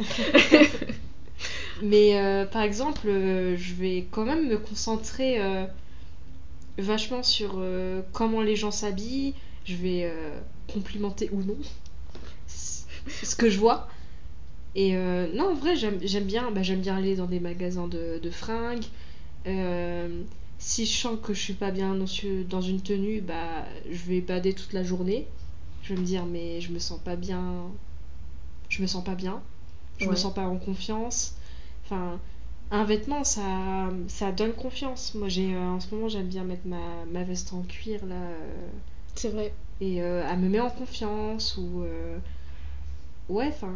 Mais euh, par exemple, euh, je vais quand même me concentrer euh, vachement sur euh, comment les gens s'habillent. Je vais euh, complimenter ou non ce que je vois. Et euh, non, en vrai, j'aime, j'aime bien, bah, j'aime bien aller dans des magasins de, de fringues. Euh, si je sens que je suis pas bien dans, ce- dans une tenue, bah, je vais bader toute la journée. Je vais me dire, mais je me sens pas bien. Je me sens pas bien. Je me Ouais. sens pas en confiance. Enfin, un vêtement, ça, ça donne confiance. Moi, j'ai, euh, en ce moment, j'aime bien mettre ma, ma veste en cuir, là. euh, C'est vrai. et euh, elle me met en confiance. Ou. euh, ouais, enfin.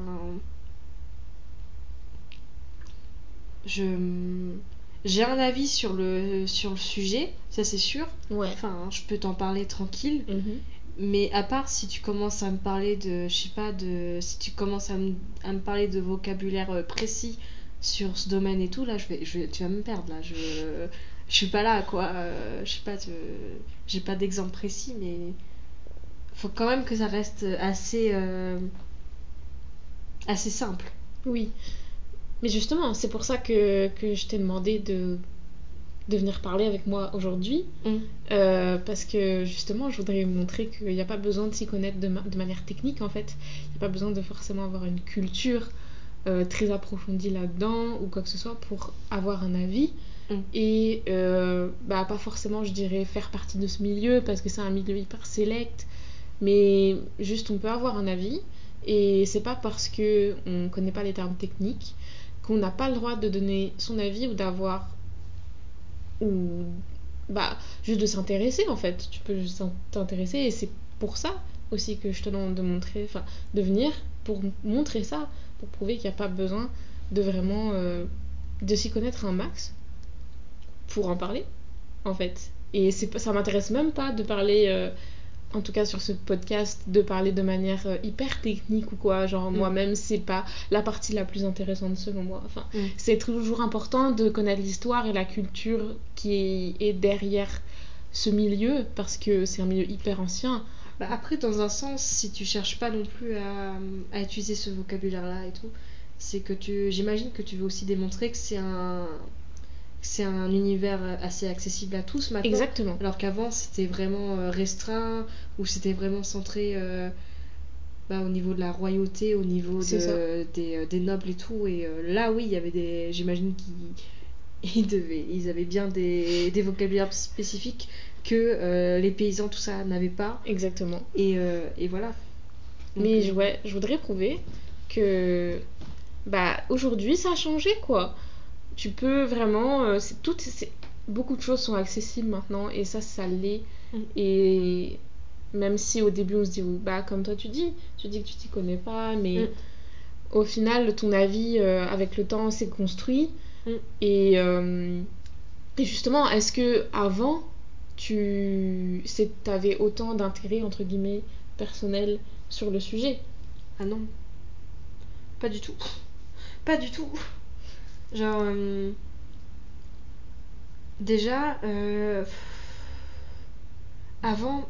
Je. J'ai un avis sur le, sur le sujet, ça c'est sûr. Ouais. Enfin, je peux t'en parler tranquille. Mhm. Mais à part si tu commences à me parler de, je sais pas, de, si tu commences à me, à me parler de vocabulaire euh, précis sur ce domaine et tout, là, je vais, je vais, tu vas me perdre, là. Je, je suis pas là, quoi. Euh, je sais pas, tu- j'ai pas d'exemple précis, mais faut quand même que ça reste assez, euh, assez simple. Oui. Mais justement, c'est pour ça que, que je t'ai demandé de, de venir parler avec moi aujourd'hui. Mm. Euh, parce que justement, je voudrais montrer qu'il n'y a pas besoin de s'y connaître de, ma- de manière technique en fait. Il n'y a pas besoin de forcément avoir une culture euh, très approfondie là-dedans ou quoi que ce soit pour avoir un avis. Mm. Et euh, bah, pas forcément, je dirais, faire partie de ce milieu parce que c'est un milieu hyper sélect. Mais juste, on peut avoir un avis. Et c'est pas parce qu'on ne connaît pas les termes techniques qu'on n'a pas le droit de donner son avis ou d'avoir ou bah juste de s'intéresser en fait. Tu peux juste t'intéresser et c'est pour ça aussi que je te demande de montrer, enfin de venir pour montrer ça, pour prouver qu'il n'y a pas besoin de vraiment euh, de s'y connaître un max pour en parler en fait. Et c'est, ça m'intéresse même pas de parler euh, en tout cas sur ce podcast, de parler de manière euh, hyper technique ou quoi. Genre, mm. moi-même, c'est pas la partie la plus intéressante selon moi. Enfin, mm. c'est toujours important de connaître l'histoire et la culture qui est derrière ce milieu parce que c'est un milieu hyper ancien. Bah après, dans un sens, si tu cherches pas non plus à, à utiliser ce vocabulaire-là et tout, c'est que tu, j'imagine que tu veux aussi démontrer que c'est un, c'est un univers assez accessible à tous maintenant. Exactement. Alors qu'avant, c'était vraiment restreint ou c'était vraiment centré euh, bah, au niveau de la royauté, au niveau de, des, des nobles et tout. Et euh, là, oui, il y avait des. J'imagine qu'ils ils devaient, ils avaient bien des, des vocabulaires spécifiques que euh, les paysans, tout ça, n'avaient pas. Exactement. Et, euh, et voilà. Donc, Mais euh... ouais, je voudrais prouver que bah, aujourd'hui, ça a changé quoi. Tu peux vraiment. Euh, c'est, tout, c'est, beaucoup de choses sont accessibles maintenant et ça, ça l'est. Mm. Et même si au début on se dit, bah, comme toi tu dis, tu dis que tu t'y connais pas, mais mm. au final, ton avis euh, avec le temps s'est construit. Mm. Et, euh, et justement, est-ce que avant tu avais autant d'intérêt, entre guillemets, personnel sur le sujet? Ah non. Pas du tout. Pas du tout. Genre. Euh... Déjà, euh... avant.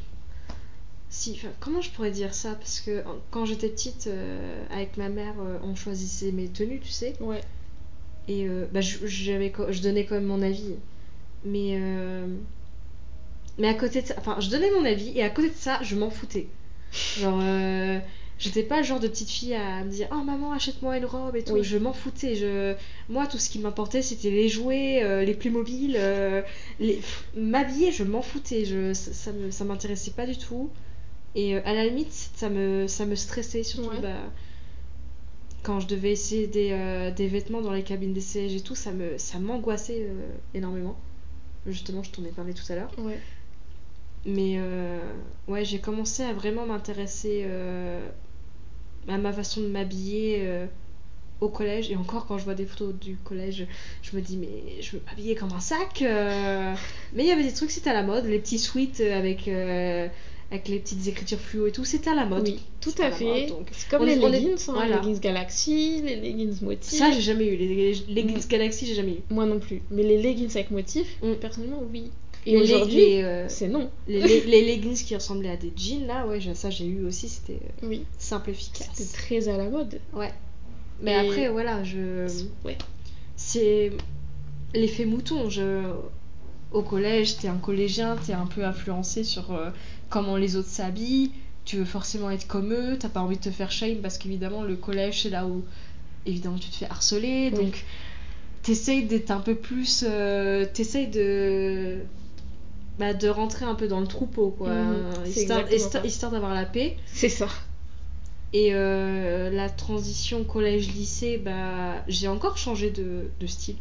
Si, enfin, comment je pourrais dire ça? Parce que quand j'étais petite, euh, avec ma mère, euh, on choisissait mes tenues, tu sais. Ouais. Et euh, bah, je, j'avais, je donnais quand même mon avis. Mais. Euh... Mais à côté de ça. Enfin, je donnais mon avis et à côté de ça, je m'en foutais. Genre. Euh... J'étais pas le genre de petite fille à me dire oh maman achète-moi une robe et tout, oui. Je m'en foutais. Je... Moi tout ce qui m'importait c'était les jouets, euh, les Playmobil, euh, les... Pff, m'habiller je m'en foutais, je... ça, ça, me... ça m'intéressait pas du tout. Et euh, à la limite ça me, ça me stressait surtout ouais. bah, quand je devais essayer des, euh, des vêtements dans les cabines d'essayage et tout, ça, me... ça m'angoissait euh, énormément. Justement je t'en ai parlé tout à l'heure. Ouais. Mais euh, ouais j'ai commencé à vraiment m'intéresser... Euh... à ma façon de m'habiller euh, au collège. Et encore quand je vois des photos du collège je me dis mais je veux m'habiller comme un sac euh... mais il y avait des trucs, c'était à la mode, les petits sweats avec euh, avec les petites écritures fluo et tout, c'était à la mode. Oui, tout à fait. Mode, donc... C'est comme on les est, leggings, est... hein, voilà. Les leggings Galaxy, les leggings motifs. Ça j'ai jamais eu, les, les leggings mmh. Galaxy j'ai jamais eu. Moi non plus. Mais les leggings avec motifs, mmh. personnellement oui. Et les aujourd'hui, euh, c'est non. Les, les, les leggings qui ressemblaient à des jeans, là, ouais, ça j'ai eu aussi, c'était euh, oui. simple, efficace. C'était très à la mode. Ouais. Mais et... après, voilà, je. Ouais. C'est l'effet mouton. Je... Au collège, t'es un collégien, t'es un peu influencé sur euh, comment les autres s'habillent. Tu veux forcément être comme eux, t'as pas envie de te faire shame parce qu'évidemment, le collège, c'est là où évidemment tu te fais harceler. Oui. Donc, t'essayes d'être un peu plus. Euh, t'essayes de. Bah, de rentrer un peu dans le troupeau, quoi. Mmh, histoire, histoire, histoire d'avoir la paix. C'est ça. Et euh, la transition collège-lycée, bah, j'ai encore changé de, de style.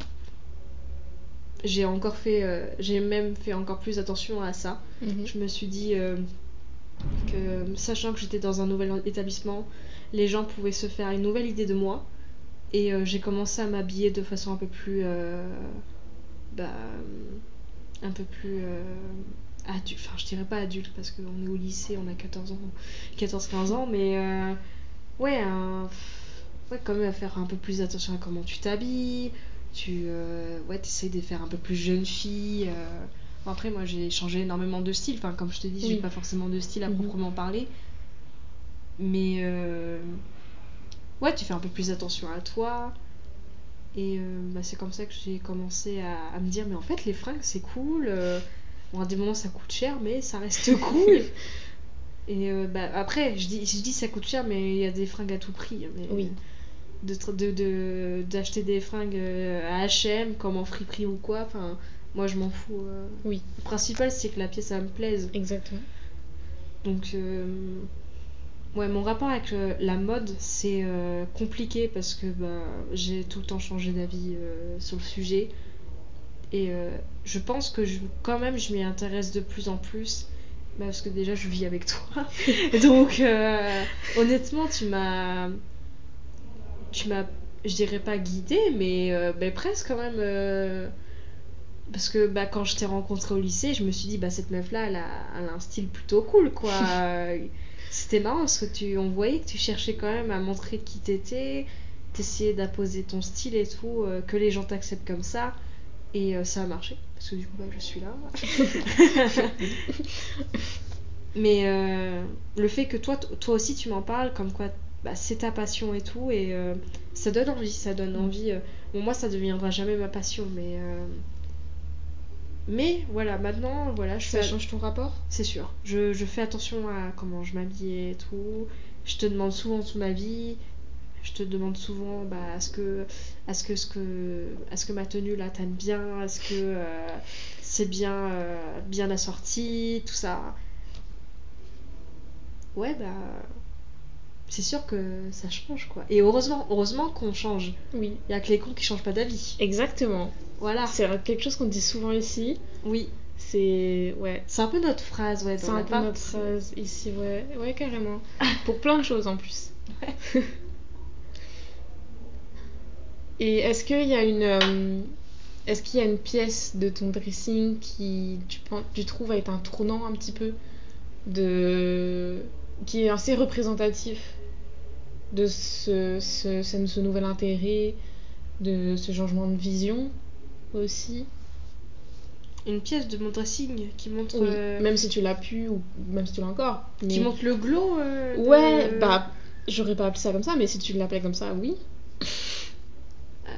J'ai encore fait, euh, j'ai même fait encore plus attention à ça. Mmh. Je me suis dit euh, que, sachant que j'étais dans un nouvel établissement, les gens pouvaient se faire une nouvelle idée de moi. Et euh, j'ai commencé à m'habiller de façon un peu plus, euh, bah, un peu plus euh, adulte. Enfin, je dirais pas adulte parce qu'on est au lycée, on a quatorze ans, quatorze quinze ans, mais euh, ouais, un ouais, quand même à faire un peu plus attention à comment tu t'habilles. Tu euh, ouais, t'essayes de faire un peu plus jeune fille. Euh... Bon, après, moi, j'ai changé énormément de style. Enfin, comme je te dis, Oui. j'ai pas forcément de style à Mhm. proprement parler. Mais euh... ouais, tu fais un peu plus attention à toi. Et euh, bah, c'est comme ça que j'ai commencé à, à me dire, mais en fait, les fringues, c'est cool. Euh... Bon, à des moments, ça coûte cher, mais ça reste cool. Et euh, bah, après, je dis, je dis ça coûte cher, mais il y a des fringues à tout prix. Mais, Oui. de, de, de, d'acheter des fringues à H et M comme en friperie ou quoi, enfin, moi je m'en fous. Euh. Oui. Le principal, c'est que la pièce, ça me plaise. Exactement. Donc, euh, ouais, mon rapport avec euh, la mode, c'est euh, compliqué parce que bah, j'ai tout le temps changé d'avis euh, sur le sujet. Et euh, je pense que je, quand même, je m'y intéresse de plus en plus. Bah, parce que déjà, je vis avec toi. Donc, euh, honnêtement, tu m'as. Tu m'as, je dirais pas guidée, mais euh, bah, presque quand même. Euh, parce que bah, quand je t'ai rencontrée au lycée, je me suis dit, bah, cette meuf-là, elle a, elle a un style plutôt cool, quoi. C'était marrant parce que tu, on voyait que tu cherchais quand même à montrer qui t'étais, t'essayais d'imposer ton style et tout, euh, que les gens t'acceptent comme ça. Et euh, ça a marché, parce que du coup, bah, je suis là. Mais euh, le fait que toi, toi aussi, tu m'en parles, comme quoi bah, c'est ta passion et tout, et euh, ça donne envie, ça donne envie. Euh, bon, moi, ça deviendra jamais ma passion, mais... Euh, mais voilà, maintenant, voilà, je Ça fais... change ton rapport ? C'est sûr. Je, je fais attention à comment je m'habille et tout. Je te demande souvent ton avis. Je te demande souvent bah, est-ce que, est-ce que, ce que, est-ce que ma tenue là t'aime bien, est-ce que euh, c'est bien, euh, bien assorti, tout ça. Ouais, bah. C'est sûr que ça change quoi. Et heureusement, heureusement qu'on change. Oui. Il y a que les cons qui changent pas d'avis. Exactement. Voilà. C'est quelque chose qu'on dit souvent ici. Oui. C'est. Ouais. C'est un peu notre phrase, ouais, dans C'est un peu l'appart. notre phrase ici, ouais. Ouais, carrément. Pour plein de choses en plus. Ouais. Et est-ce qu'il y a une. Euh, est-ce qu'il y a une pièce de ton dressing qui, tu, penses, tu trouves, être un tournant un petit peu de. Qui est assez représentatif de ce, ce, ce, ce nouvel intérêt, de ce changement de vision aussi? Une pièce de mon dressing qui montre. Oui, euh, même si tu l'as pu ou même si tu l'as encore. Mais... Qui montre le glow euh, de... Ouais, bah, j'aurais pas appelé ça comme ça, mais si tu l'appelais comme ça, oui. Euh...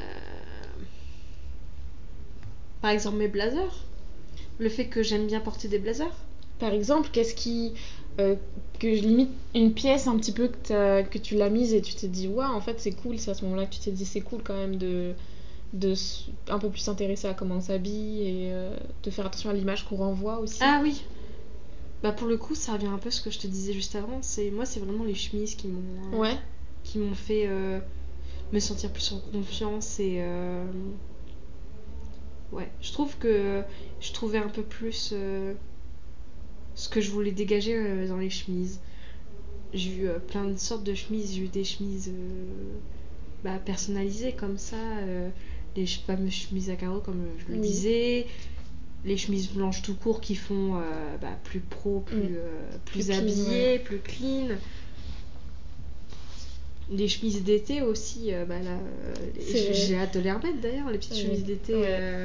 Par exemple, mes blazers. Le fait que j'aime bien porter des blazers. Par exemple, qu'est-ce qui. Euh, que je limite une pièce un petit peu que, que tu l'as mise et tu t'es dit, waouh, en fait, c'est cool. C'est à ce moment-là que tu t'es dit, c'est cool quand même de. de un peu plus s'intéresser à comment on s'habille et euh, de faire attention à l'image qu'on renvoie aussi. Ah oui. Bah pour le coup, ça revient un peu à ce que je te disais juste avant. C'est moi, c'est vraiment les chemises qui m'ont. Euh, Ouais. Qui m'ont fait euh, me sentir plus en confiance et. Euh, ouais, je trouve que je trouvais un peu plus euh, ce que je voulais dégager euh, dans les chemises. J'ai eu euh, plein de sortes de chemises. J'ai eu des chemises euh, bah, personnalisées comme ça, euh, les fameuses chemises à carreaux comme je le Oui. disais, les chemises blanches tout court qui font euh, bah, plus pro, plus, Mm. euh, plus, Plus clean, habillé, ouais. plus clean. Les chemises d'été aussi, euh, bah là, euh, C'est j'ai vrai. hâte de les remettre d'ailleurs, les petites Ouais. chemises d'été. Ouais. Euh,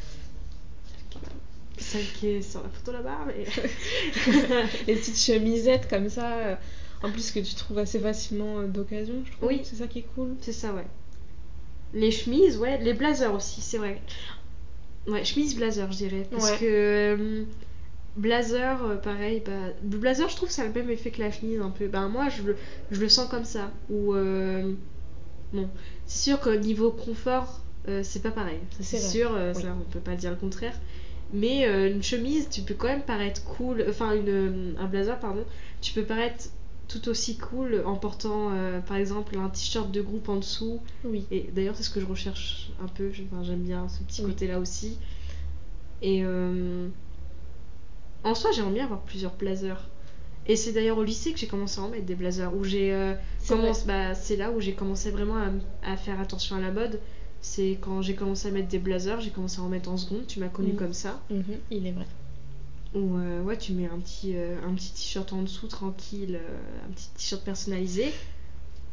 celle qui est sur la photo là-bas. Mais... Les petites chemisettes comme ça, en plus que tu trouves assez facilement d'occasion, je trouve. Oui, c'est ça qui est cool. C'est ça, ouais. Les chemises, ouais, les blazers aussi, c'est vrai. Ouais, chemise blazer, je dirais. Parce Ouais. que euh, blazer, euh, pareil, bah, le blazer, je trouve que ça a le même effet que la chemise un peu. Ben moi, je le, je le sens comme ça. Ou euh, bon, c'est sûr que niveau confort, euh, c'est pas pareil. Ça c'est, C'est vrai. sûr, euh, Oui. ça on peut pas dire le contraire. Mais euh, une chemise, tu peux quand même paraître cool. Enfin, une, un blazer, pardon. Tu peux paraître tout aussi cool en portant, euh, par exemple, un t-shirt de groupe en dessous. Oui. Et d'ailleurs, c'est ce que je recherche un peu. Enfin, j'aime bien ce petit Oui. côté-là aussi. Et euh, en soi, j'aimerais bien avoir plusieurs blazers. Et c'est d'ailleurs au lycée que j'ai commencé à en mettre des blazers. Où j'ai, euh, C'est, commencé, bah, c'est là où j'ai commencé vraiment à, à faire attention à la mode. C'est quand j'ai commencé à mettre des blazers, j'ai commencé à en mettre en seconde. Tu m'as connue mmh. comme ça. Mmh, il est vrai. Où euh, ouais, tu mets un petit, euh, un petit t-shirt en dessous, tranquille, euh, un petit t-shirt personnalisé.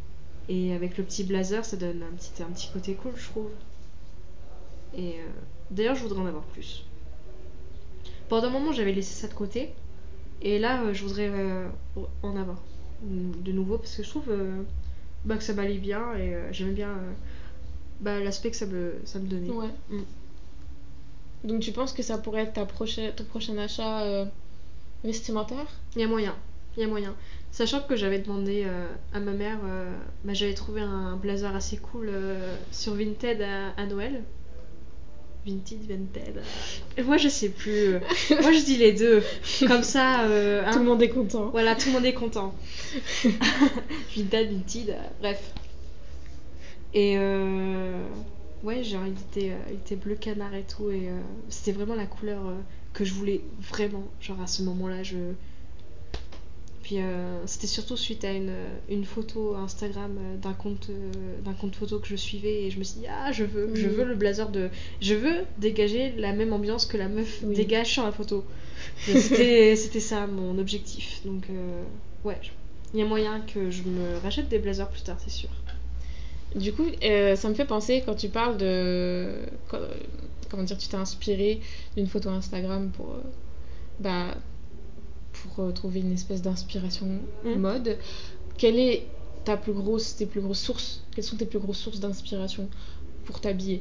Et avec le petit blazer, ça donne un petit, un petit côté cool, je trouve. Et euh, d'ailleurs, je voudrais en avoir plus. Pendant un moment, j'avais laissé ça de côté. Et là, euh, je voudrais euh, en avoir de nouveau parce que je trouve euh, bah, que ça m'allait bien et euh, j'aimais bien euh, bah, l'aspect que ça me, ça me donnait. Ouais. Mm. Donc tu penses que ça pourrait être ta prochaine, ton prochain achat euh, vestimentaire? Il y a moyen, il y a moyen. Sachant que j'avais demandé euh, à ma mère, euh, bah, j'avais trouvé un blazer assez cool euh, sur Vinted à, à Noël. Vinted, Vinted. Euh... Moi je sais plus. Moi je dis les deux. Comme ça. Euh, hein. Tout le monde est content. Voilà, tout le monde est content. Vinted, Vinted, euh, bref. Et euh... ouais, genre il était, euh, il était bleu canard et tout. Et euh, c'était vraiment la couleur euh, que je voulais vraiment. Genre à ce moment-là, je. Puis euh, c'était surtout suite à une, une photo Instagram euh, d'un compte, euh, d'un compte photo que je suivais et je me suis dit ah je veux, Oui. je veux le blazer de, je veux dégager la même ambiance que la meuf Oui. dégage sur la photo. Donc, c'était, c'était ça mon objectif. Donc euh, ouais, il y a moyen que je me rachète des blazers plus tard, c'est sûr. Du coup, euh, ça me fait penser quand tu parles de quand- comment dire, tu t'es inspiré d'une photo Instagram pour euh, bah pour euh, trouver une espèce d'inspiration Mm. mode. Quelle est ta plus grosse, tes plus grosses sources? Quelles sont tes plus grosses sources d'inspiration pour t'habiller?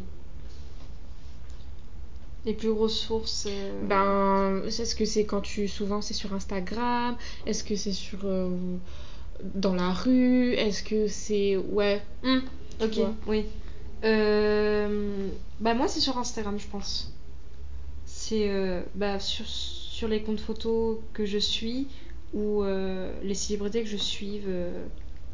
Les plus grosses sources. Euh... Ben, est-ce que c'est quand tu souvent c'est sur Instagram? Est-ce que c'est sur euh, dans la rue? Est-ce que c'est ouais? Mm. Tu Ok, vois. oui. Euh... Bah moi c'est sur Instagram je pense. C'est euh, bah, sur, sur les comptes photos que je suis ou euh, les célébrités que je suive. Euh...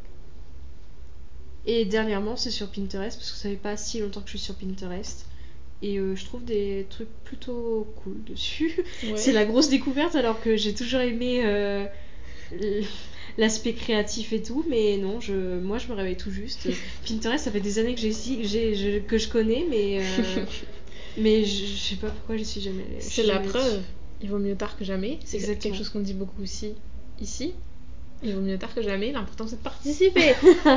Et dernièrement, c'est sur Pinterest parce que ça fait pas si longtemps que je suis sur Pinterest. Et euh, je trouve des trucs plutôt cool dessus. Ouais. C'est la grosse découverte alors que j'ai toujours aimé euh, l'aspect créatif et tout. Mais non, je, moi je me réveille tout juste. Pinterest, ça fait des années que, j'ai, j'ai, je, que je connais, mais, euh, mais je, je sais pas pourquoi je suis jamais. Je C'est suis la jamais preuve. dessus. Il vaut mieux tard que jamais. C'est Exactement. quelque chose qu'on dit beaucoup aussi ici. Il vaut mieux tard que jamais. L'important c'est de participer.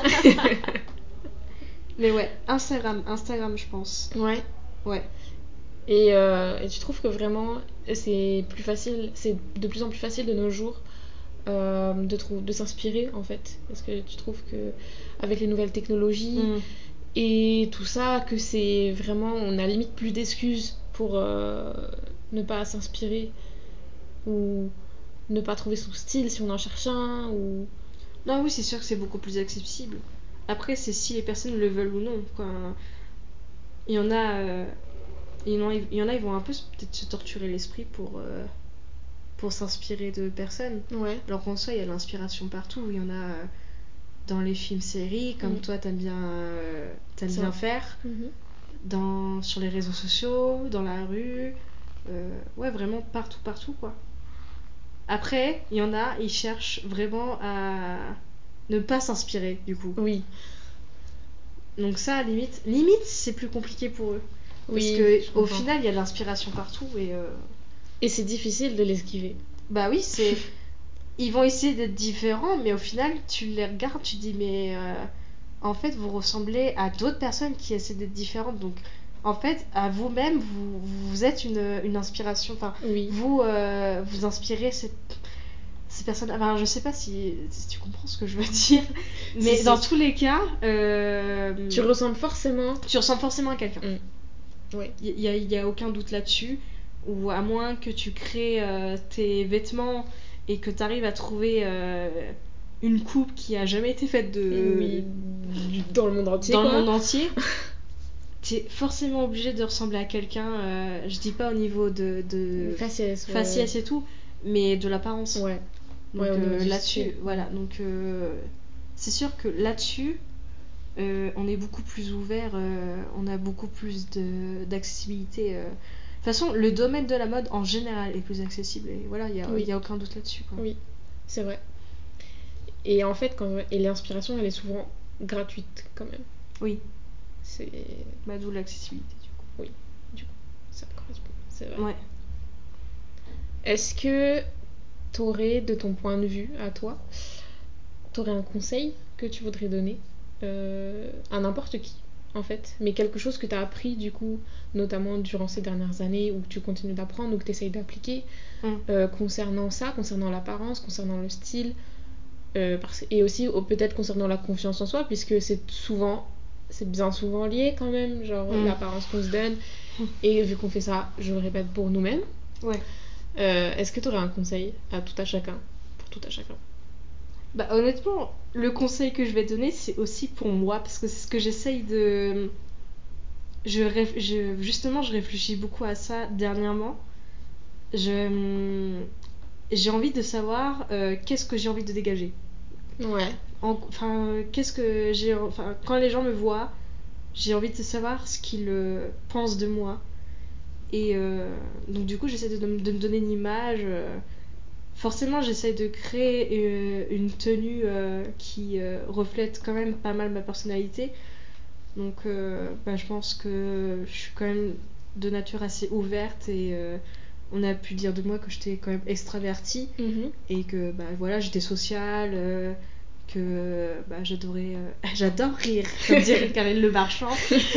Mais ouais, Instagram, Instagram, je pense. Ouais. Ouais. Et, euh, et tu trouves que vraiment c'est plus facile, c'est de plus en plus facile de nos jours euh, de, trou- de s'inspirer en fait. Est-ce que tu trouves que avec les nouvelles technologies Mm. et tout ça, que c'est vraiment, on a limite plus d'excuses pour euh, ne pas s'inspirer ou ne pas trouver son style si on en cherche un ou... Non, oui, c'est sûr que c'est beaucoup plus accessible. Après, c'est si les personnes le veulent ou non. Quoi. Il y en a, euh, il y en a, il y en a, ils vont un peu peut-être se torturer l'esprit pour, euh, pour s'inspirer de personnes. Ouais. Alors qu'en soi, il y a l'inspiration partout. Il y en a euh, dans les films, séries, comme Mm. toi, t'aimes bien, euh, t'aimes Ça. bien faire, Mhm. dans, sur les réseaux sociaux, dans la rue. Euh, ouais, vraiment partout, partout, quoi. Après, il y en a, ils cherchent vraiment à ne pas s'inspirer, du coup. Oui. Donc ça, limite, limite c'est plus compliqué pour eux. Parce Oui, que je au comprends. final, il y a de l'inspiration partout et euh, Et c'est difficile de l'esquiver. bah oui, c'est ils vont essayer d'être différents, mais au final, tu les regardes, tu dis mais euh, en fait, vous ressemblez à d'autres personnes qui essaient d'être différentes. Donc en fait, à vous-même, vous, vous êtes une, une inspiration. Enfin, Oui. vous euh, vous inspirez ces, ces personnes. Enfin, je sais pas si, si tu comprends ce que je veux dire, mais Si, dans si. tous les cas, euh, Tu ressembles forcément. tu ressembles forcément à quelqu'un. Mm. Ouais. Il n'y a, y a aucun doute là-dessus. Ou à moins que tu crées euh, tes vêtements et que tu arrives à trouver euh, une coupe qui a jamais été faite de... Oui, dans le monde entier, dans quoi. le monde entier, tu es forcément obligé de ressembler à quelqu'un. Euh, je dis pas au niveau de, de Faciès, ouais. faciès et tout, mais de l'apparence. Ouais. Donc Ouais, au niveau euh, du là-dessus, style. voilà. Donc euh, c'est sûr que là-dessus, euh, on est beaucoup plus ouvert, euh, on a beaucoup plus de, d'accessibilité. Euh. De toute façon, le domaine de la mode en général est plus accessible et voilà, il n'y a, Oui. y a aucun doute là-dessus. Quoi. Oui, c'est vrai. Et en fait, quand... et l'inspiration, elle est souvent gratuite quand même. Oui. C'est. Bah, d'où l'accessibilité du coup. Oui, du coup, ça correspond, c'est vrai. Ouais. Est-ce que t'aurais, de ton point de vue à toi, t'aurais un conseil que tu voudrais donner euh, à n'importe qui, en fait, mais quelque chose que tu as appris, du coup, notamment durant ces dernières années, ou que tu continues d'apprendre, ou que tu essayes d'appliquer, Mm. euh, concernant ça, concernant l'apparence, concernant le style, euh, parce, et aussi oh, peut-être concernant la confiance en soi, puisque c'est souvent, c'est bien souvent lié quand même, genre Mm. l'apparence qu'on se donne, et vu qu'on fait ça, je le répète, pour nous-mêmes, Ouais. euh, est-ce que tu aurais un conseil à tout à chacun, pour tout à chacun? Bah honnêtement, le conseil que je vais donner, c'est aussi pour moi, parce que c'est ce que j'essaye de... Je, réf... je... Justement, je réfléchis beaucoup à ça dernièrement. Je... J'ai envie de savoir euh, qu'est-ce que j'ai envie de dégager. Ouais. En... Enfin, qu'est-ce que j'ai... Enfin, quand les gens me voient, j'ai envie de savoir ce qu'ils euh, pensent de moi. Et euh, donc du coup, j'essaie de, de me donner une image... Euh... Forcément, j'essaie de créer euh, une tenue euh, qui euh, reflète quand même pas mal ma personnalité. Donc, euh, bah, je pense que je suis quand même de nature assez ouverte et euh, on a pu dire de moi que j'étais quand même extravertie Mm-hmm. et que bah, voilà, j'étais sociale, euh, que bah, j'adorais. Euh... J'adore rire, comme dirait Karine Le Marchand.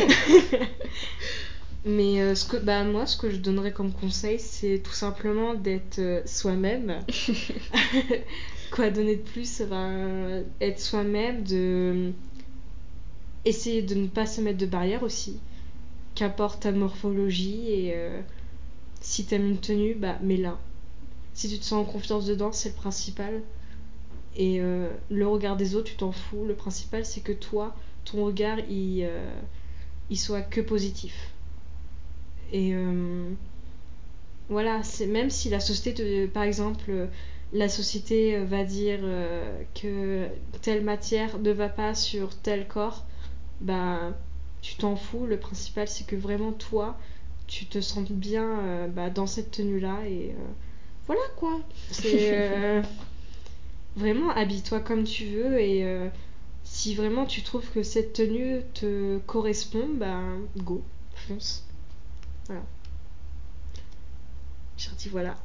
Mais euh, ce que, bah, moi, ce que je donnerais comme conseil, c'est tout simplement d'être euh, soi-même. Quoi donner de plus, ben, être soi-même, de essayer de ne pas se mettre de barrières aussi, qu'importe ta morphologie, et euh, si t'aimes une tenue, bah mets-la. Si tu te sens en confiance dedans, c'est le principal. Et euh, le regard des autres, tu t'en fous. Le principal, c'est que toi, ton regard, il, euh, il soit que positif. Et euh, voilà, c'est même si la société, te, par exemple, la société va dire euh, que telle matière ne va pas sur tel corps, bah tu t'en fous. Le principal, c'est que vraiment toi, tu te sens bien euh, bah, dans cette tenue-là et euh, voilà quoi. C'est euh, vraiment habille-toi comme tu veux et euh, si vraiment tu trouves que cette tenue te correspond, bah go, fonce. Voilà. J'ai dit voilà.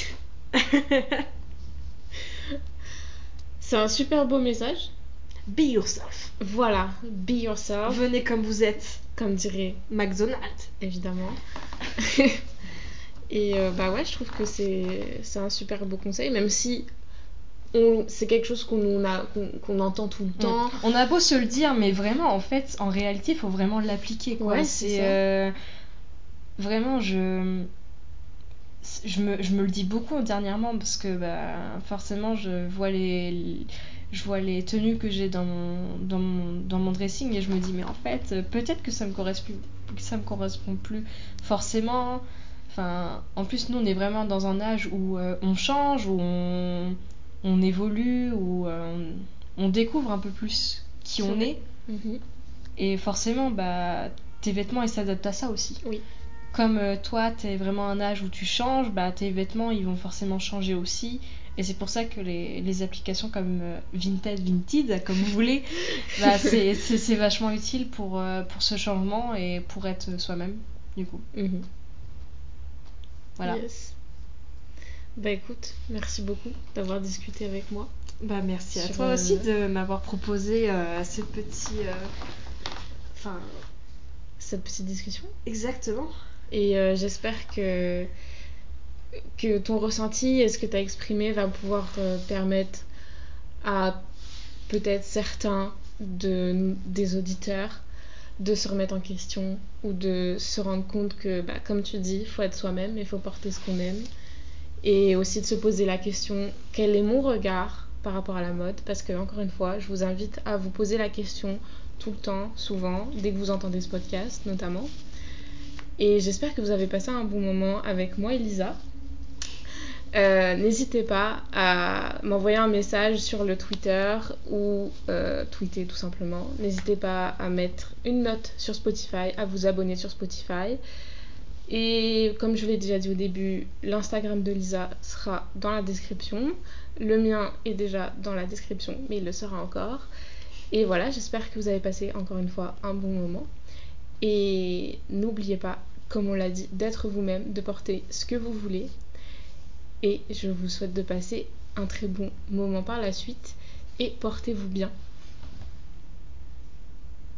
C'est un super beau message. Be yourself. Voilà, be yourself. Venez comme vous êtes. Comme dirait McDonald's. Évidemment. Et euh, bah ouais, je trouve que c'est, c'est un super beau conseil, même si on, c'est quelque chose qu'on, a, qu'on, qu'on entend tout le temps. On a beau se le dire, mais vraiment, en fait, en réalité, il faut vraiment l'appliquer, quoi. Ouais, c'est c'est ça. euh, vraiment, je... Je me, je me le dis beaucoup dernièrement parce que bah, forcément, je vois les, je vois les tenues que j'ai dans mon, dans, mon, dans mon dressing et je me dis, mais en fait, peut-être que ça me correspond, que ça me correspond plus forcément. Enfin, en plus, nous, on est vraiment dans un âge où euh, on change, où on, on évolue, où euh, on, on découvre un peu plus qui C'est on vrai. est. Mm-hmm. Et forcément, bah, tes vêtements, ils s'adaptent à ça aussi. Oui. Comme euh, toi, t'es vraiment à un âge où tu changes, bah, tes vêtements, ils vont forcément changer aussi. Et c'est pour ça que les, les applications comme euh, Vinted, Vinted, comme vous voulez, bah, c'est, c'est, c'est vachement utile pour, euh, pour ce changement et pour être soi-même, du coup. Mm-hmm. Voilà. Yes. Bah écoute, merci beaucoup d'avoir discuté avec moi. Bah merci à Sur, toi euh, aussi de m'avoir proposé euh, ce petit... Enfin... euh, cette petite discussion. Exactement. Et euh, j'espère que, que ton ressenti et ce que tu as exprimé va pouvoir te permettre à peut-être certains de, des auditeurs de se remettre en question ou de se rendre compte que, bah, comme tu dis, il faut être soi-même, il faut porter ce qu'on aime. Et aussi de se poser la question, quel est mon regard par rapport à la mode? Parce que, encore une fois, je vous invite à vous poser la question tout le temps, souvent, dès que vous entendez ce podcast, notamment. Et j'espère que vous avez passé un bon moment avec moi, Elisa. Euh, n'hésitez pas à m'envoyer un message sur le Twitter ou euh, tweeter tout simplement. N'hésitez pas à mettre une note sur Spotify, à vous abonner sur Spotify. Et comme je l'ai déjà dit au début, l'Instagram de Lisa sera dans la description. Le mien est déjà dans la description, mais il le sera encore. Et voilà, j'espère que vous avez passé encore une fois un bon moment. Et n'oubliez pas, comme on l'a dit, d'être vous-même, de porter ce que vous voulez. Et je vous souhaite de passer un très bon moment par la suite. Et portez-vous bien.